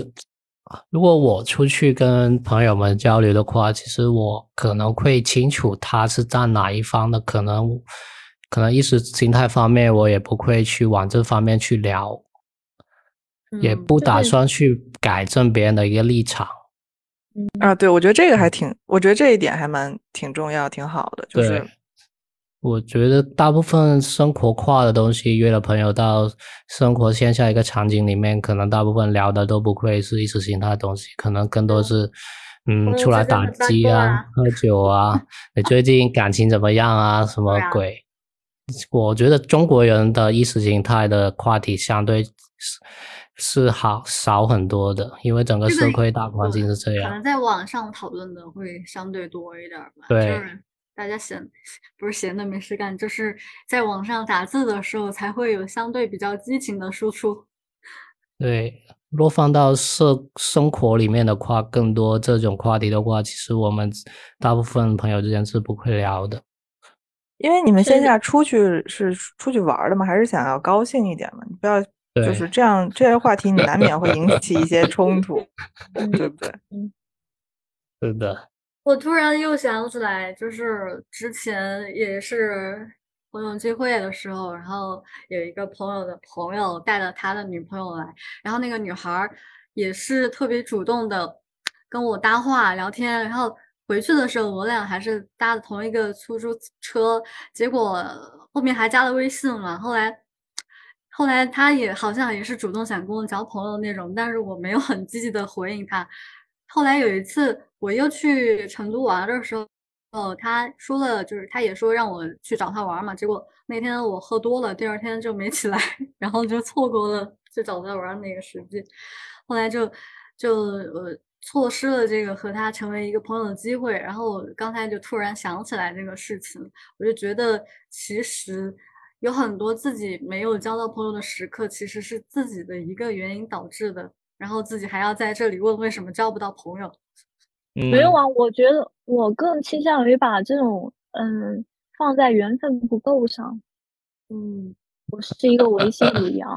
如果我出去跟朋友们交流的话，其实我可能会清楚他是站哪一方的，可能可能意识形态方面我也不会去往这方面去聊， 嗯、 也不打算去改正别人的一个立场。 嗯啊，对，我觉得这个还挺，我觉得这一点还蛮挺重要、挺好的，就是。 我觉得大部分生活化的东西，约了朋友到生活线下一个场景里面，可能大部分聊的都不会是意识形态的东西，可能更多是，嗯，出来打机啊、喝酒啊，你最近感情怎么样啊？什么鬼？我觉得中国人的意识形态的话题相对是是好少很多的，因为整个社会大环境是这样。 可能在网上讨论的会相对多一点吧。 对。 就是大家闲不是闲的没事干，就是在网上打字的时候才会有相对比较激情的输出。 对，若放到社生活里面的话，更多这种话题的话，其实我们大部分朋友之间是不会聊的。 因为你们线下出去是出去玩的嘛，还是想要高兴一点嘛？你不要就是这样，这些话题你难免会引起一些冲突，对不对？ 嗯， 是的。 我突然又想起来，就是之前也是朋友聚会的时候，然后有一个朋友的朋友带了他的女朋友来，然后那个女孩也是特别主动的跟我搭话聊天，然后回去的时候我俩还是搭的同一个出租车，结果后面还加了微信嘛，后来后来他也好像也是主动想跟我交朋友那种，但是我没有很积极的回应他。后来有一次我又去成都玩的时候，哦，他说了，就是他也说让我去找他玩嘛，结果那天我喝多了，第二天就没起来，然后就错过了去找他玩那个时机，后来就就呃错失了这个和他成为一个朋友的机会。然后我刚才就突然想起来这个事情，我就觉得其实有很多自己没有交到朋友的时刻，其实是自己的一个原因导致的。然后自己还要在这里问为什么交不到朋友。 没有啊，我觉得我更倾向于把这种嗯放在缘分不够上。 嗯， 我是一个唯心主义啊。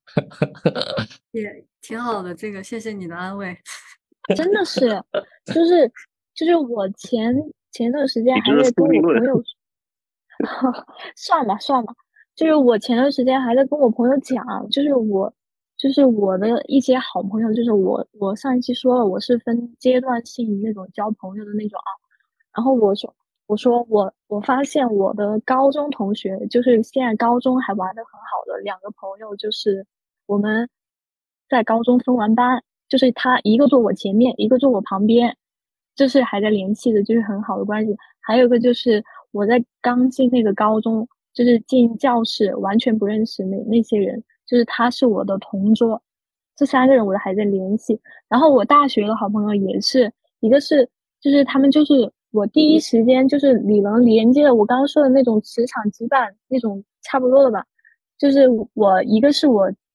也挺好的，这个谢谢你的安慰。 真的是，就是就是我前前段时间还在跟我朋友，算吧算吧，就是我前段时间还在跟我朋友讲，就是我。就是我的一些好朋友，就是我我上一期说了，我是分阶段性那种交朋友的那种啊。然后我说我说我我发现我的高中同学，就是现在高中还玩得很好的两个朋友，就是我们在高中分完班，就是他一个坐我前面，一个坐我旁边，就是还在联系的，就是很好的关系。还有一个就是我在刚进那个高中，就是进教室完全不认识那那些人。就是他是我的同桌，这三个人我都还在联系。然后我大学的好朋友也是，一个是就是他们就是我第一时间就是你能连接的，我刚刚说的那种磁场羁绊那种差不多的吧。就是我一个是我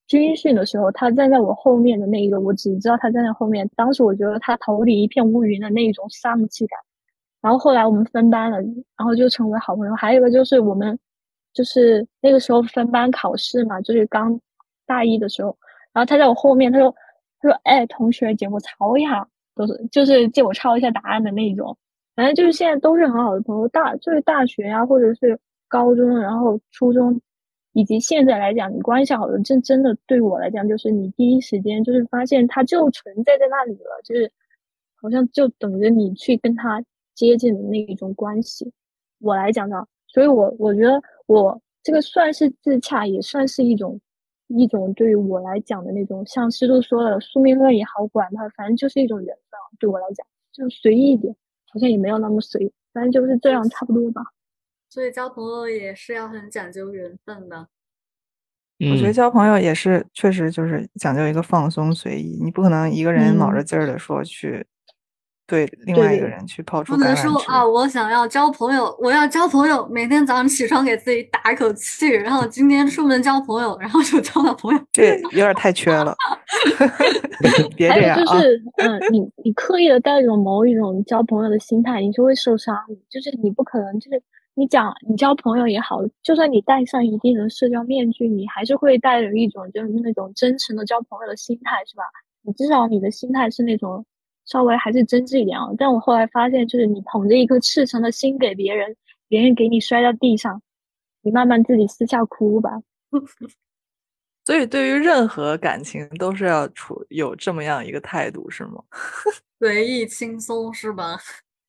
军训的时候，他站在我后面的那一个，我只知道他站在后面。当时我觉得他头顶一片乌云的那种丧气感。然后后来我们分班了，然后就成为好朋友。还有一个就是我们就是那个时候分班考试嘛，就是刚大一的时候，然后他在我后面，他说他说哎，同学借我抄一下，都是就是借我抄一下答案的那种。反正就是现在都是很好的朋友，大就是大学啊，或者是高中，然后初中，以及现在来讲，你关系好的，真真的对我来讲，就是你第一时间就是发现他就存在在那里了，就是好像就等着你去跟他接近的那一种关系。我来讲的，所以我我觉得我这个算是自洽，也算是一种一种对于我来讲的那种，像师傅说的宿命论也好，管它，反正就是一种缘分。对我来讲，就随意一点。好像也没有那么随，反正就是这样，差不多吧。 所以交朋友也是要很讲究缘分的。 我觉得交朋友也是，确实就是讲究一个放松随意，你不可能一个人卯着劲儿的说去对另外一个人去抛出橄榄枝。 不能说啊，我想要交朋友，我要交朋友，每天早上起床给自己打一口气，然后今天出门交朋友，然后就交到朋友。 这有点太缺了。别这样啊！ 还有就是，嗯，你你刻意的带着某一种交朋友的心态，你就会受伤。就是你不可能，就是你讲你交朋友也好，就算你戴上一定的社交面具，你还是会带着一种就是那种真诚的交朋友的心态，是吧？你至少你的心态是那种稍微还是真挚一点啊。但我后来发现，就是你捧着一颗赤诚的心给别人，别人给你摔到地上，你慢慢自己私下哭吧。 所以对于任何感情都是要处有这么样一个态度，是吗？ 随意轻松是吧？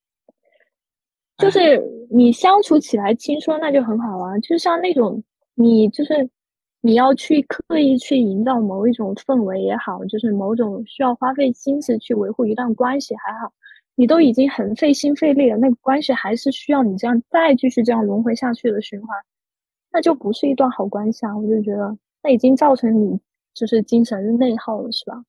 就是你相处起来轻松那就很好啊，就像那种你就是你要去刻意去营造某一种氛围也好，就是某种需要花费心思去维护一段关系还好，你都已经很费心费力了，那个关系还是需要你这样再继续这样轮回下去的循环，那就不是一段好关系啊。我就觉得那已经造成你就是精神内耗了，是吧？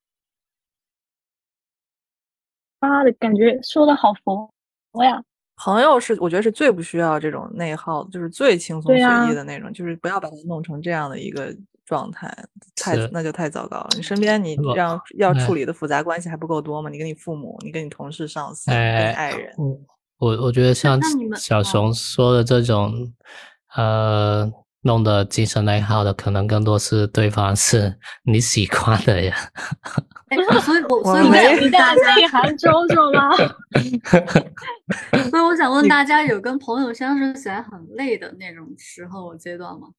妈的，感觉说的好佛呀！ 朋友是我觉得是最不需要这种内耗，就是最轻松随意的那种，啊、就是不要把它弄成这样的一个状态，太那就太糟糕了。你身边你让要处理的复杂关系还不够多吗？你跟你父母，你跟你同事、上司， 哎、 跟你爱人。 我我觉得像小熊说的这种，呃。弄得精神内耗的可能更多是对方是你喜欢的人。 哎，所以我所以我想问大家内涵周周吗？ 所以我想问大家，有跟朋友相处起来很累的那种时候阶段吗？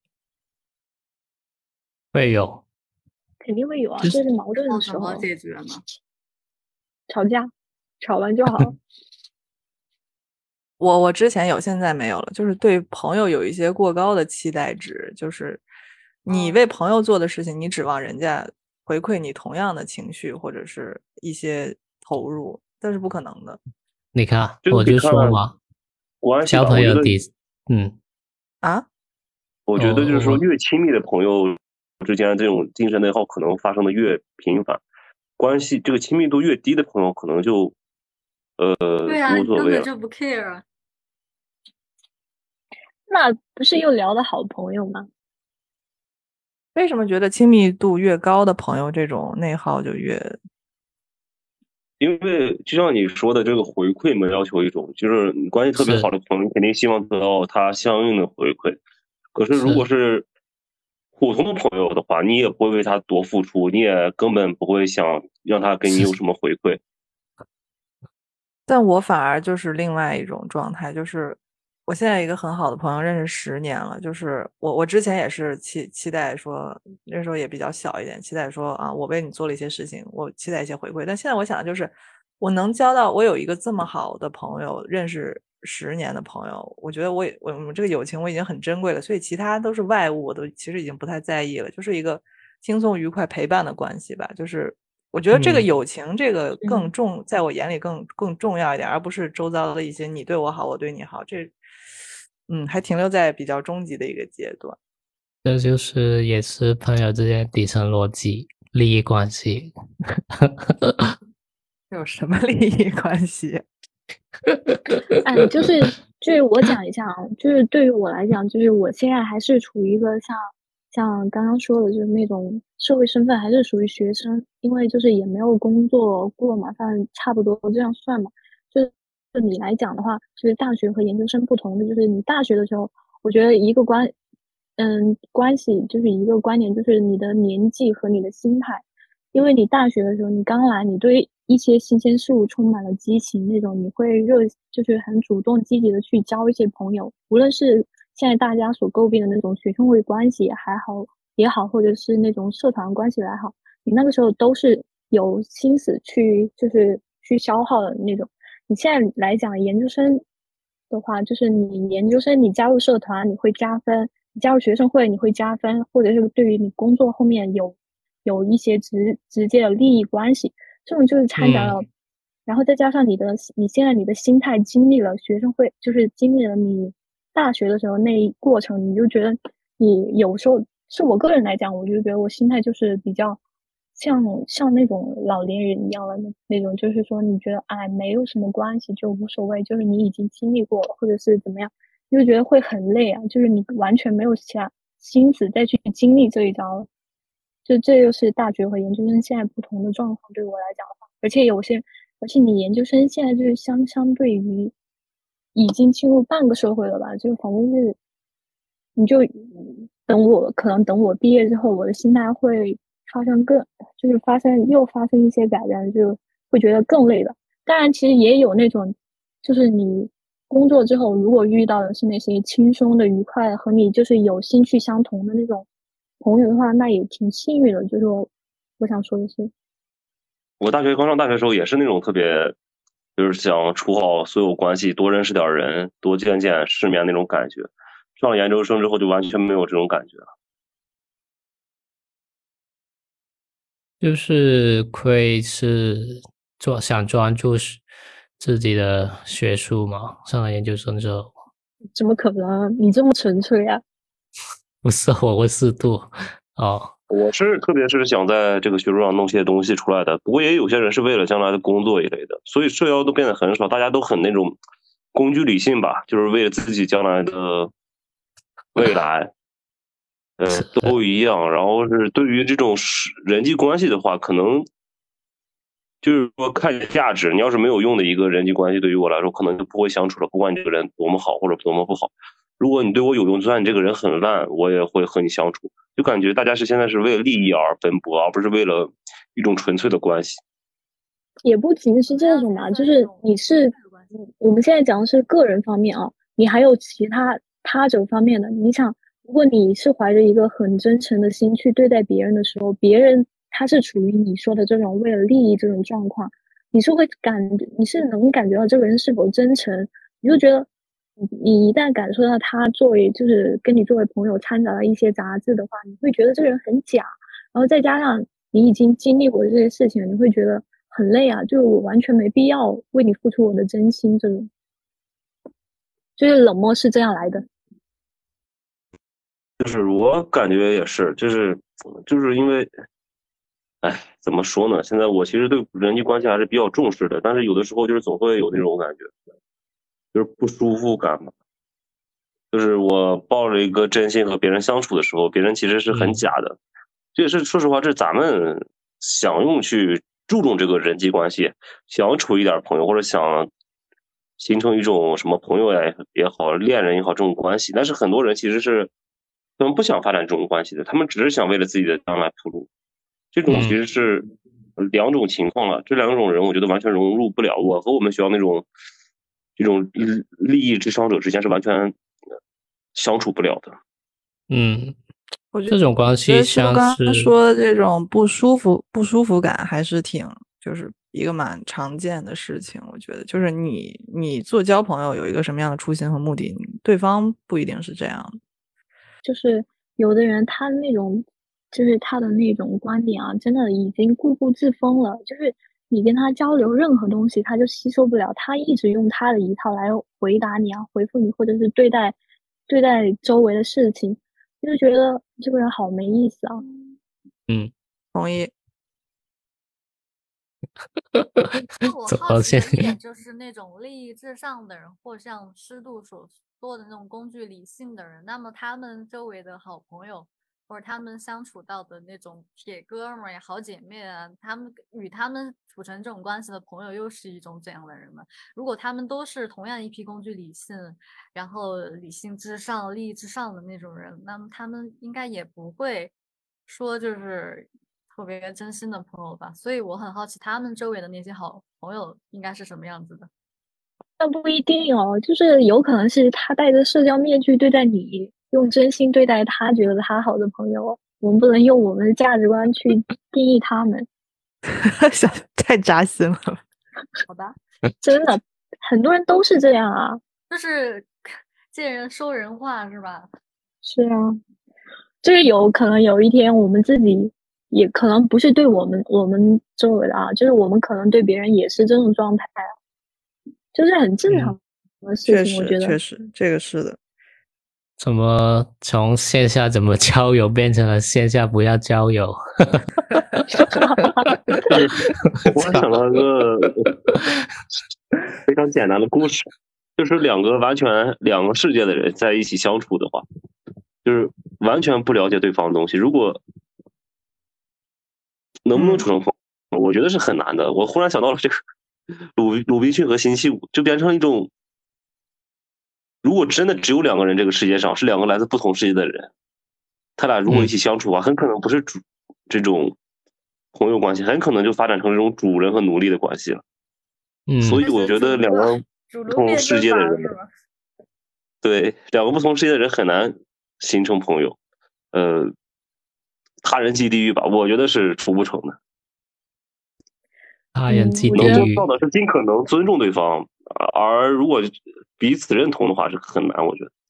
会有， 肯定会有啊，就是矛盾的时候。 怎么解决呢？ 吵架，吵完就好。 我我之前有，现在没有了。就是对朋友有一些过高的期待值，就是你为朋友做的事情，你指望人家回馈你同样的情绪或者是一些投入，但是不可能的。 你看，我就说嘛，交朋友底，嗯啊， 我觉得就是说，越亲密的朋友之间这种精神内耗可能发生的越频繁，关系这个亲密度越低的朋友可能就呃对啊， 无所谓了， 根本就不 care。 那不是又聊的好朋友吗？ 为什么觉得亲密度越高的朋友，这种内耗就越？ 因为就像你说的，这个回馈嘛，要求一种，就是你关系特别好的朋友，你肯定希望得到他相应的回馈。可是如果是普通的朋友的话，你也不会为他多付出，你也根本不会想让他给你有什么回馈。 但我反而就是另外一种状态，就是我现在一个很好的朋友，认识十年了。就是我，我之前也是期期待说，那时候也比较小一点，期待说啊，我为你做了一些事情，我期待一些回馈。但现在我想的就是，我能交到，我有一个这么好的朋友，认识十年的朋友，我觉得我我我这个友情我已经很珍贵了，所以其他都是外物，我都其实已经不太在意了，就是一个轻松愉快陪伴的关系吧，就是。我觉得这个友情，这个更重，嗯、在我眼里更更重要一点，而不是周遭的一些你对我好，我对你好，这，嗯，还停留在比较终极的一个阶段。 这就是也是朋友之间底层逻辑，利益关系。 有什么利益关系？ 哎，就是就是我讲一下啊，就是对于我来讲，就是我现在还是处于一个像像刚刚说的，就是那种社会身份还是属于学生，因为就是也没有工作过嘛，反正差不多这样算嘛。就是你来讲的话，就是大学和研究生不同的，就是你大学的时候，我觉得一个关，嗯，关系就是一个观点，就是你的年纪和你的心态。因为你大学的时候，你刚来，你对一些新鲜事物充满了激情，那种你会热，就是很主动积极的去交一些朋友，无论是现在大家所诟病的那种学生会关系也还好也好，或者是那种社团关系来好，你那个时候都是有心思去就是去消耗的那种。你现在来讲研究生的话，就是你研究生你加入社团你会加分，你加入学生会你会加分，或者是对于你工作后面有有一些直直接的利益关系，这种就是掺杂了、嗯、然后再加上你的你现在你的心态经历了学生会，就是经历了你大学的时候那一过程，你就觉得你有时候是我个人来讲，我就觉得我心态就是比较像像那种老年人一样的那种，就是说你觉得哎没有什么关系就无所谓，就是你已经经历过了或者是怎么样，你就觉得会很累啊，就是你完全没有其他心思再去经历这一招了。就这就是大学和研究生现在不同的状况，对我来讲的话，而且有些，而且你研究生现在就是相相对于已经进入半个社会了吧，就反正是，你就等我可能等我毕业之后，我的心态会发生更，就是发生又发生一些改变，就会觉得更累了。当然，其实也有那种，就是你工作之后，如果遇到的是那些轻松的、愉快的，和你就是有兴趣相同的那种朋友的话，那也挺幸运的。就是说我想说的是， 我大学刚上大学的时候也是那种特别，就是想处好所有关系，多认识点人，多见见世面那种感觉。上了研究生之后就完全没有这种感觉了。 就是会是做想专注自己的学术嘛，上了研究生之后。 怎么可能？你这么纯粹啊？ 不是，我会适度哦。 我是特别是想在这个学术上弄些东西出来的，不过也有些人是为了将来的工作一类的，所以社交都变得很少，大家都很那种工具理性吧，就是为了自己将来的未来，呃，都一样。然后是对于这种人际关系的话，可能就是说看价值。你要是没有用的一个人际关系，对于我来说，可能就不会相处了。不管你这个人多么好或者多么不好，如果你对我有用，就算你这个人很烂，我也会和你相处。就感觉大家是现在是为了利益而奔波，而不是为了一种纯粹的关系。 也不仅是这种嘛，就是你是我们现在讲的是个人方面啊，你还有其他他者方面的。你想，如果你是怀着一个很真诚的心去对待别人的时候，别人他是处于你说的这种为了利益这种状况，你是会感你是能感觉到这个人是否真诚，你就觉得你一旦感受到他作为就是跟你作为朋友掺杂了一些杂质的话，你会觉得这个人很假，然后再加上你已经经历过这些事情，你会觉得很累啊，就我完全没必要为你付出我的真心，这种就是冷漠是这样来的。 就是我感觉也是，就是就是因为，哎，怎么说呢？现在我其实对人际关系还是比较重视的，但是有的时候就是总会有那种感觉，就是不舒服感嘛。就是我抱着一个真心和别人相处的时候，别人其实是很假的。这也是说实话，这是咱们想用去注重这个人际关系，想处一点朋友，或者想形成一种什么朋友也好，恋人也好这种关系。但是很多人其实是他们不想发展这种关系的，他们只是想为了自己的将来铺路。这种其实是两种情况了，这两种人我觉得完全融入不了。我和我们学校那种这种利益至上者之间是完全相处不了的。 嗯， 我觉得这种关系像是刚刚说的这种不舒服不舒服感还是挺就是一个蛮常见的事情。我觉得就是你你做交朋友有一个什么样的初心和目的，对方不一定是这样的。 就是有的人他那种就是他的那种观点啊，真的已经固步自封了，就是你跟他交流任何东西他就吸收不了，他一直用他的一套来回答你啊，回复你，或者是对待对待周围的事情，就觉得这个人好没意思啊。 嗯， 同意。 我好奇的一点就是那种利益至上的人，或像师度所说的那种工具理性的人，那么他们周围的好朋友或者他们相处到的那种铁哥们儿呀、好姐妹啊，他们与他们处成这种关系的朋友又是一种怎样的人呢？如果他们都是同样一批工具理性，然后理性至上、利益至上的那种人，那么他们应该也不会说就是特别真心的朋友吧。所以我很好奇他们周围的那些好朋友应该是什么样子的。 那不一定哦，就是有可能是他戴着社交面具对待你，用真心对待他觉得他好的朋友。我们不能用我们的价值观去定义他们。 太扎心了。 好吧， 真的很多人都是这样啊， 就是见人说人话是吧？ 是啊，就是有可能有一天我们自己也可能不是对我们我们周围的啊，就是我们可能对别人也是这种状态啊，就是很正常的事情。我觉得确实这个是的。 怎么从线下怎么交友变成了线下不要交友？ 我想到一个非常简单的故事，就是两个完全两个世界的人在一起相处的话，就是完全不了解对方的东西，如果能不能处成朋友，我觉得是很难的。我忽然想到了这个鲁鲁滨逊和辛弃武，就变成一种，如果真的只有两个人，这个世界上是两个来自不同世界的人，他俩如果一起相处啊，很可能不是主这种朋友关系，很可能就发展成这种主人和奴隶的关系了。 嗯， 所以我觉得两个不同世界的人，对两个不同世界的人很难形成朋友。呃，他人即地狱吧，我觉得是处不成的。 他人即地能做狱， 到的是尽可能尊重对方，而如果彼此认同的话是很难，我觉得。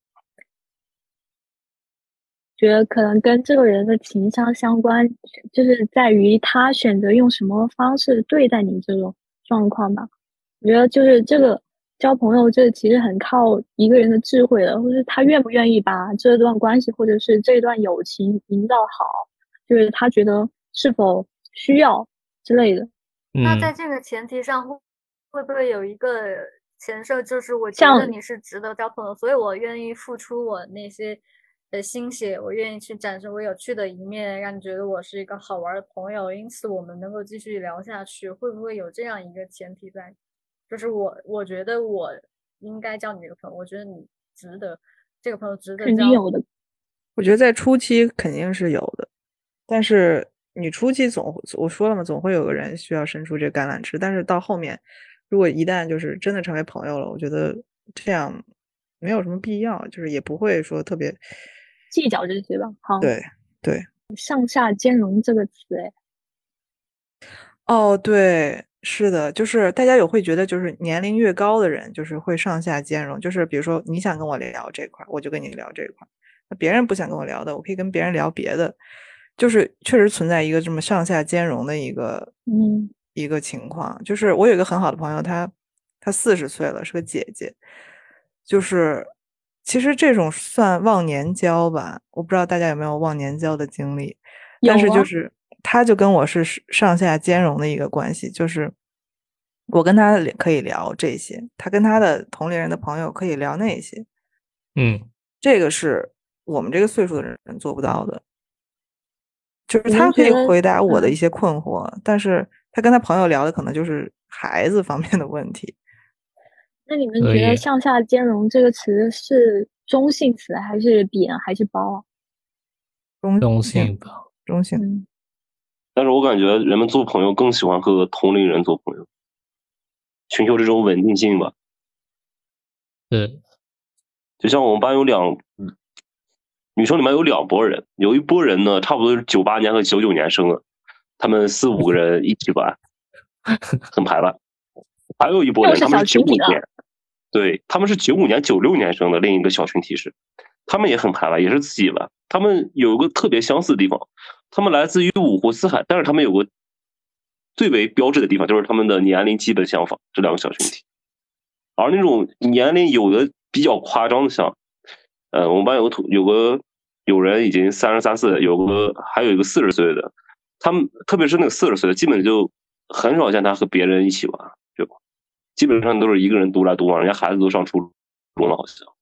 觉得可能跟这个人的情商相关，就是在于他选择用什么方式对待你这种状况吧。我觉得就是这个交朋友，这其实很靠一个人的智慧的，或是他愿不愿意把这段关系或者是这段友情营造好，就是他觉得是否需要之类的。 那在这个前提上，会不会有一个前设，就是我觉得你是值得交朋友，所以我愿意付出我那些的心血，我愿意去展示我有趣的一面，让你觉得我是一个好玩的朋友，因此我们能够继续聊下去。会不会有这样一个前提在？就是我我觉得我应该交你这个朋友，我觉得你值得这个朋友值得交。 肯定有的。 我觉得在初期肯定是有的，但是你初期总我说了嘛，总会有个人需要伸出这橄榄枝，但是到后面，如果一旦就是真的成为朋友了，我觉得这样没有什么必要，就是也不会说特别计较这些吧。好， 对对， 上下兼容这个词，哎， 哦，对，是的，就是大家有会觉得，就是年龄越高的人，就是会上下兼容，就是比如说你想跟我聊这块，我就跟你聊这块，那别人不想跟我聊的，我可以跟别人聊别的，就是确实存在一个这么上下兼容的一个嗯一个情况。就是我有一个很好的朋友，他他四十岁了，是个姐姐，就是其实这种算忘年交吧，我不知道大家有没有忘年交的经历，但是就是他就跟我是上下兼容的一个关系，就是我跟他可以聊这些，他跟他的同龄人的朋友可以聊那些， 嗯， 这个是我们这个岁数的人做不到的，就是他可以回答我的一些困惑，嗯、但是他跟他朋友聊的可能就是孩子方面的问题。 那你们觉得上下兼容这个词是中性词还是贬还是褒啊？ 中性吧， 中性。 嗯， 但是我感觉人们做朋友更喜欢和同龄人做朋友，寻求这种稳定性吧。 是， 就像我们班有两女生里面有两拨人，有一拨人呢，差不多是九八年和九九年生的，他们四五个人一起玩，很排外。还有一拨人，他们是九五年，对，他们是九五年、九六年生的，另一个小群体是，他们也很排外，也是自己玩。他们有一个特别相似的地方，他们来自于五湖四海，但是他们有个最为标志的地方，就是他们的年龄基本相仿，这两个小群体。而那种年龄有的比较夸张的，像，呃，我们班有个有个有人已经三十三四，有个还有一个四十岁的，他们特别是那个四十岁的，基本就很少见他和别人一起玩，对吧？基本上都是一个人独来独往，人家孩子都上初中了，好像。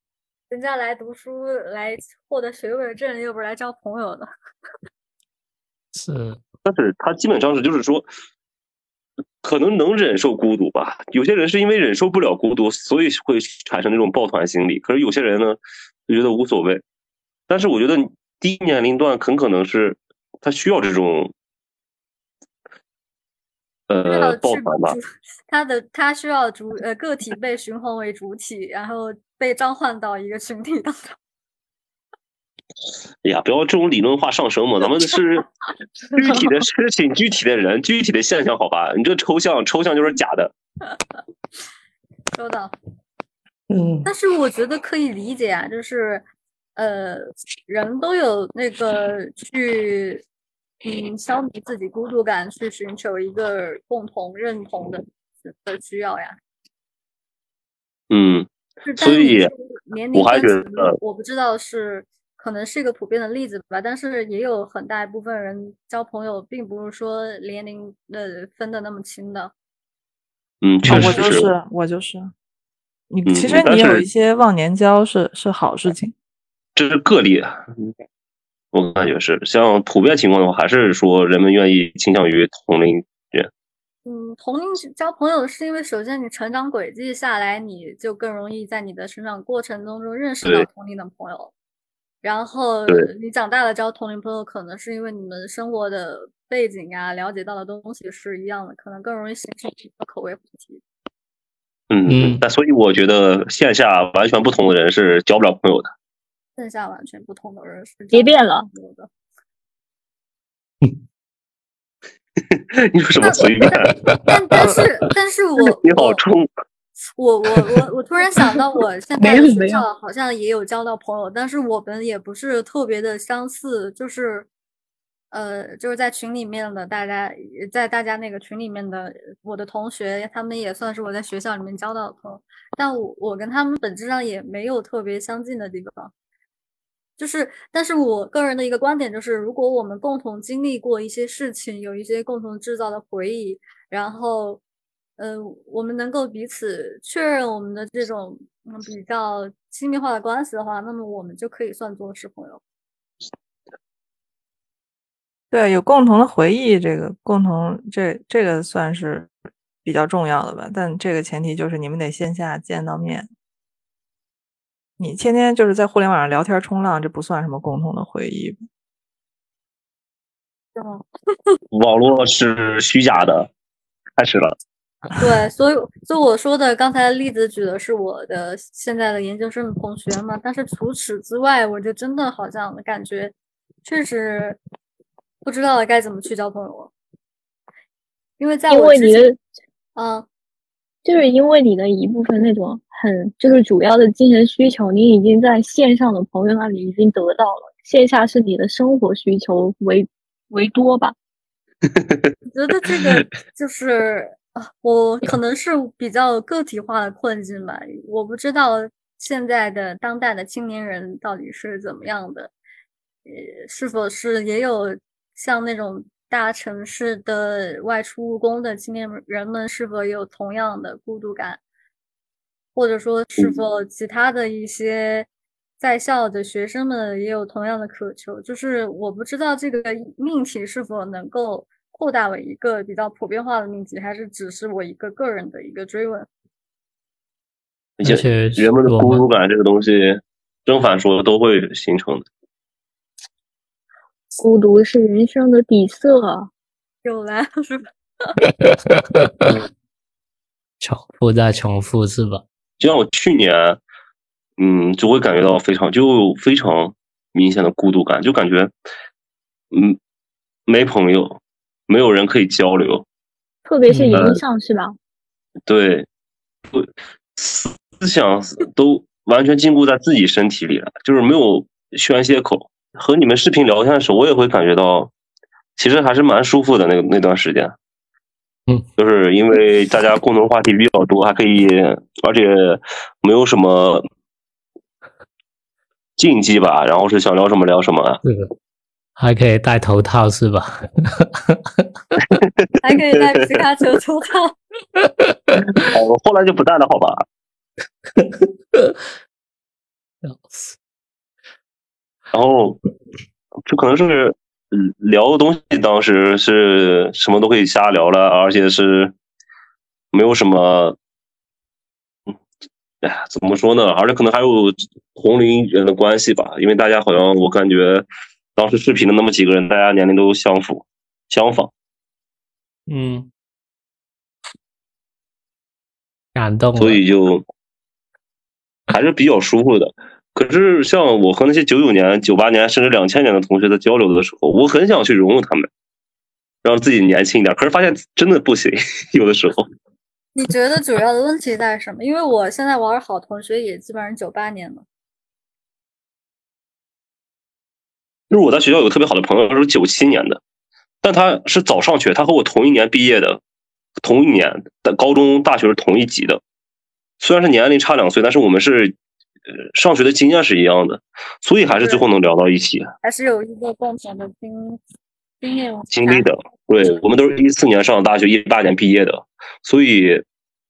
人家来读书来获得学位证，又不是来交朋友的。 是， 但是他基本上是就是说，可能能忍受孤独吧。有些人是因为忍受不了孤独，所以会产生那种抱团心理。可是有些人呢，就觉得无所谓。但是我觉得低年龄段很可能是他需要这种。呃，抱团吧， 他的他需要主呃个体被循环为主体，然后被召唤到一个群体当中。 哎呀，不要这种理论化上升嘛，咱们是具体的事情、具体的人、具体的现象，好吧？你这抽象，抽象就是假的。 收到。 嗯， 但是我觉得可以理解啊，就是呃，人都有那个去。嗯，消弭自己孤独感，去寻求一个共同认同的的需要呀。 嗯，所以年龄我还觉得， 我不知道是可能是一个普遍的例子吧，但是也有很大一部分人交朋友，并不是说年龄呃分的那么清的。 嗯，确实是，我就是我就是。你嗯、 其实你有一些忘年交是是好事情， 这是个例。我感觉是，像普遍情况的话，还是说人们愿意倾向于同龄人。 嗯，同龄交朋友是因为首先你成长轨迹下来，你就更容易在你的成长过程当中认识到同龄的朋友。然后你长大了交同龄朋友，可能是因为你们生活的背景啊，了解到的东西是一样的，可能更容易形成一个口味话题。 嗯，但所以我觉得线下完全不同的人是交不了朋友的。 线下完全不同的人是别变了。 你说什么随便？ 但但是但是我你好冲！ 我我我我突然想到，我现在的学校好像也有交到朋友，但是我们也不是特别的相似，就是呃就是在群里面的大家，在大家那个群里面的我的同学，他们也算是我在学校里面交到的朋友，但我我跟他们本质上也没有特别相近的地方。就是，但是我个人的一个观点就是，如果我们共同经历过一些事情，有一些共同制造的回忆，然后，呃，我们能够彼此确认我们的这种嗯比较亲密化的关系的话，那么我们就可以算作是朋友。 对，有共同的回忆，这个共同这这个算是比较重要的吧，但这个前提就是你们得线下见到面。你天天就是在互联网上聊天冲浪，这不算什么共同的回忆。 网络是虚假的，开始了。 对，所以所以我说的刚才的例子举的是我的现在的研究生的同学嘛，但是除此之外，我就真的好像感觉确实不知道该怎么去交朋友了，因为在我之前， 嗯。 就是因为你的一部分那种很就是主要的精神需求，你已经在线上的朋友那里已经得到了，线下是你的生活需求为为多吧。 我觉得这个就是啊，我可能是比较个体化的困境吧，我不知道现在的当代的青年人到底是怎么样的，呃，是否是也有像那种大城市的外出务工的青年人们是否也有同样的孤独感，或者说是否其他的一些在校的学生们也有同样的渴求，就是我不知道这个命题是否能够扩大为一个比较普遍化的命题，还是只是我一个个人的一个追问。 而且人们的孤独感这个东西正反说都会形成的。 孤独是人生的底色， 又来了是吧？ 重复再重复是吧？ 就像我去年，嗯，就会感觉到非常就非常明显的孤独感，就感觉，嗯，没朋友，没有人可以交流， 特别是营上、嗯、是吧？ 对，思想都完全禁锢在自己身体里了，就是没有宣泄口。和你们视频聊天的时候，我也会感觉到，其实还是蛮舒服的那个那段时间。 嗯， 就是因为大家共同话题比较多，还可以，而且没有什么禁忌吧，然后是想聊什么聊什么。 对，还可以戴头套是吧？ 还可以戴皮卡丘头套。 我后来就不戴了，好吧。 然后就可能是聊的东西当时是什么都可以瞎聊了，而且是没有什么，哎呀，怎么说呢？而且可能还有同龄人的关系吧，因为大家好像我感觉当时视频的那么几个人，大家年龄都相符相仿。 嗯，感动了， 所以就还是比较舒服的。可是像我和那些九九年、九八年甚至两千年的同学在交流的时候，我很想去融入他们，让自己年轻一点，可是发现真的不行，有的时候。 你觉得主要的问题在什么？因为我现在玩好同学也基本上九八年的。 就是我在学校有个特别好的朋友，他是九七年的，但他是早上学，他和我同一年毕业的，同一年的高中、大学是同一级的。虽然是年龄差两岁，但是我们是呃上学的经验是一样的，所以还是最后能聊到一起， 还是有一个共同的经经验经历的。对，我们都是一四年上的大学，一八年毕业的，所以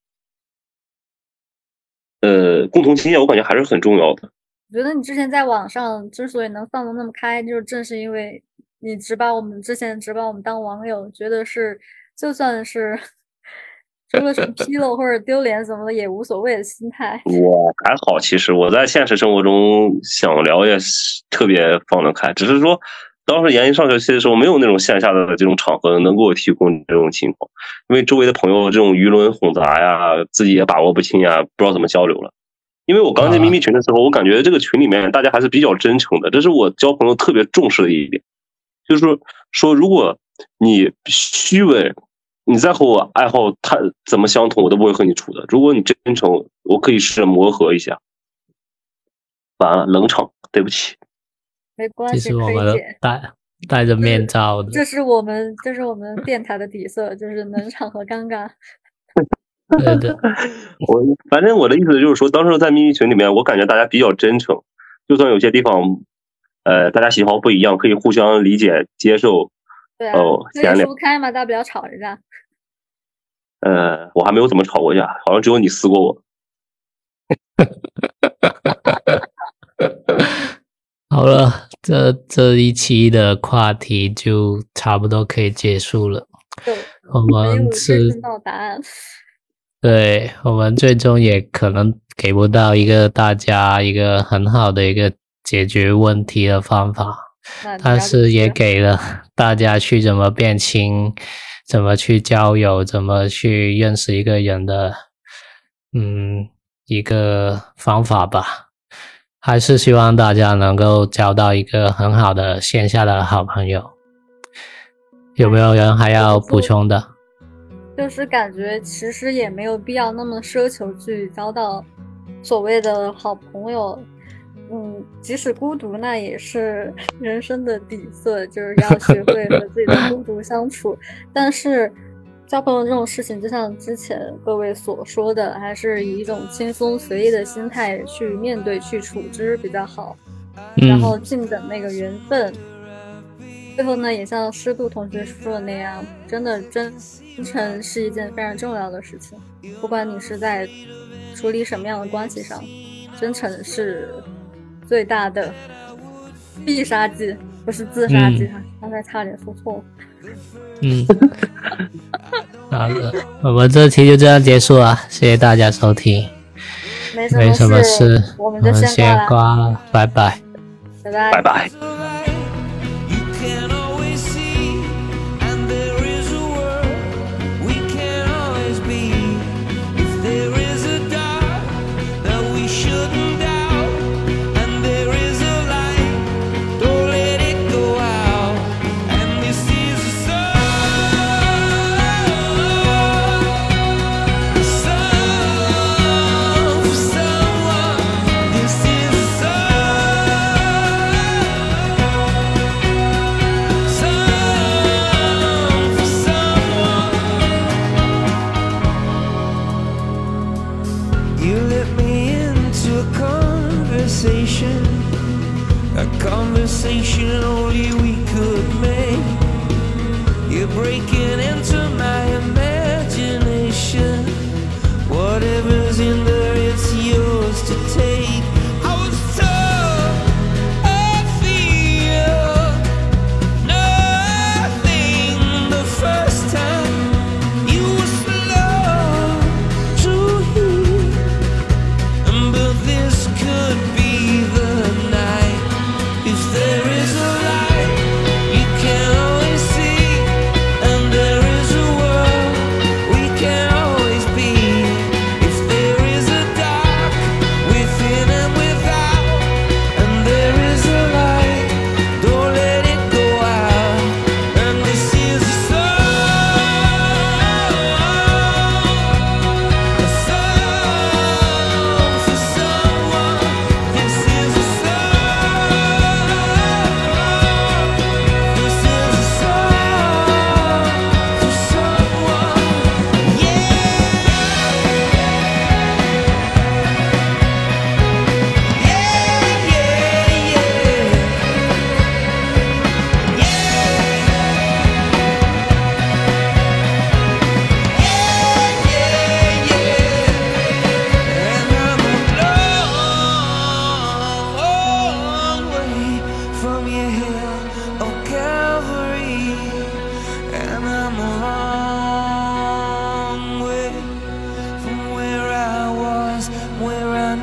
呃，共同经验我感觉还是很重要的。 我觉得你之前在网上之所以能放得那么开，就正是因为你只把我们之前只把我们当网友，觉得是就算是出了什么纰漏或者丢脸什么的也无所谓的心态。 我还好，其实我在现实生活中想聊也特别放得开，只是说当时研一上学期的时候没有那种线下的这种场合能给我提供这种情况，因为周围的朋友这种舆论混杂呀，自己也把握不清呀，不知道怎么交流了。因为我刚进咪咪群的时候，我感觉这个群里面大家还是比较真诚的，这是我交朋友特别重视的一点，就是说如果你虚伪，你再和我爱好他怎么相同，我都不会和你处的。如果你真诚，我可以试着磨合一下。完了，冷场，对不起。 没关系， 其实我们戴戴着面罩的， 这是我们这是我们电台的底色，就是冷场和尴尬。 对的， 我反正我的意思就是说，当时在咪咪群里面，我感觉大家比较真诚，就算有些地方，呃，大家喜好不一样，可以互相理解、接受。 对啊， 哦， 可以说开嘛，大不了吵一架。 呃，我还没有怎么吵过架，好像只有你撕过我。 好了，这这一期的话题就差不多可以结束了。 对， 我们是知道答案。 对，我们最终也可能给不到一个大家一个很好的一个解决问题的方法，但是也给了大家去怎么变亲，怎么去交友，怎么去认识一个人的嗯一个方法吧。还是希望大家能够交到一个很好的线下的好朋友。有没有人还要补充的？ 就是感觉其实也没有必要那么奢求去交到所谓的好朋友，嗯，即使孤独那也是人生的底色，就是要学会和自己的孤独相处。但是交朋友这种事情，就像之前各位所说的，还是以一种轻松随意的心态去面对、去处之比较好，然后静等那个缘分。最后呢，也像湿度同学说的那样，真的真诚是一件非常重要的事情。不管你是在处理什么样的关系上，真诚是最大的必杀技，不是自杀技哈。刚才差点说错了。 嗯，好的，我们这期就这样结束了，谢谢大家收听。 没什么事， 我们就先挂了，拜拜， 拜拜， 拜拜。 A conversation only we could make. You're breaking into my imagination. Whatever's in there, it's yours to take. I was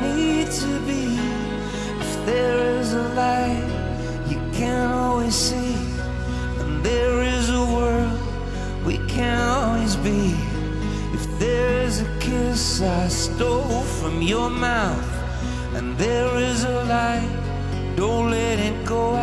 need to be. If there is a light you can't always see, and there is a world we can't always be. If there is a kiss I stole from your mouth, and there is a light, don't let it go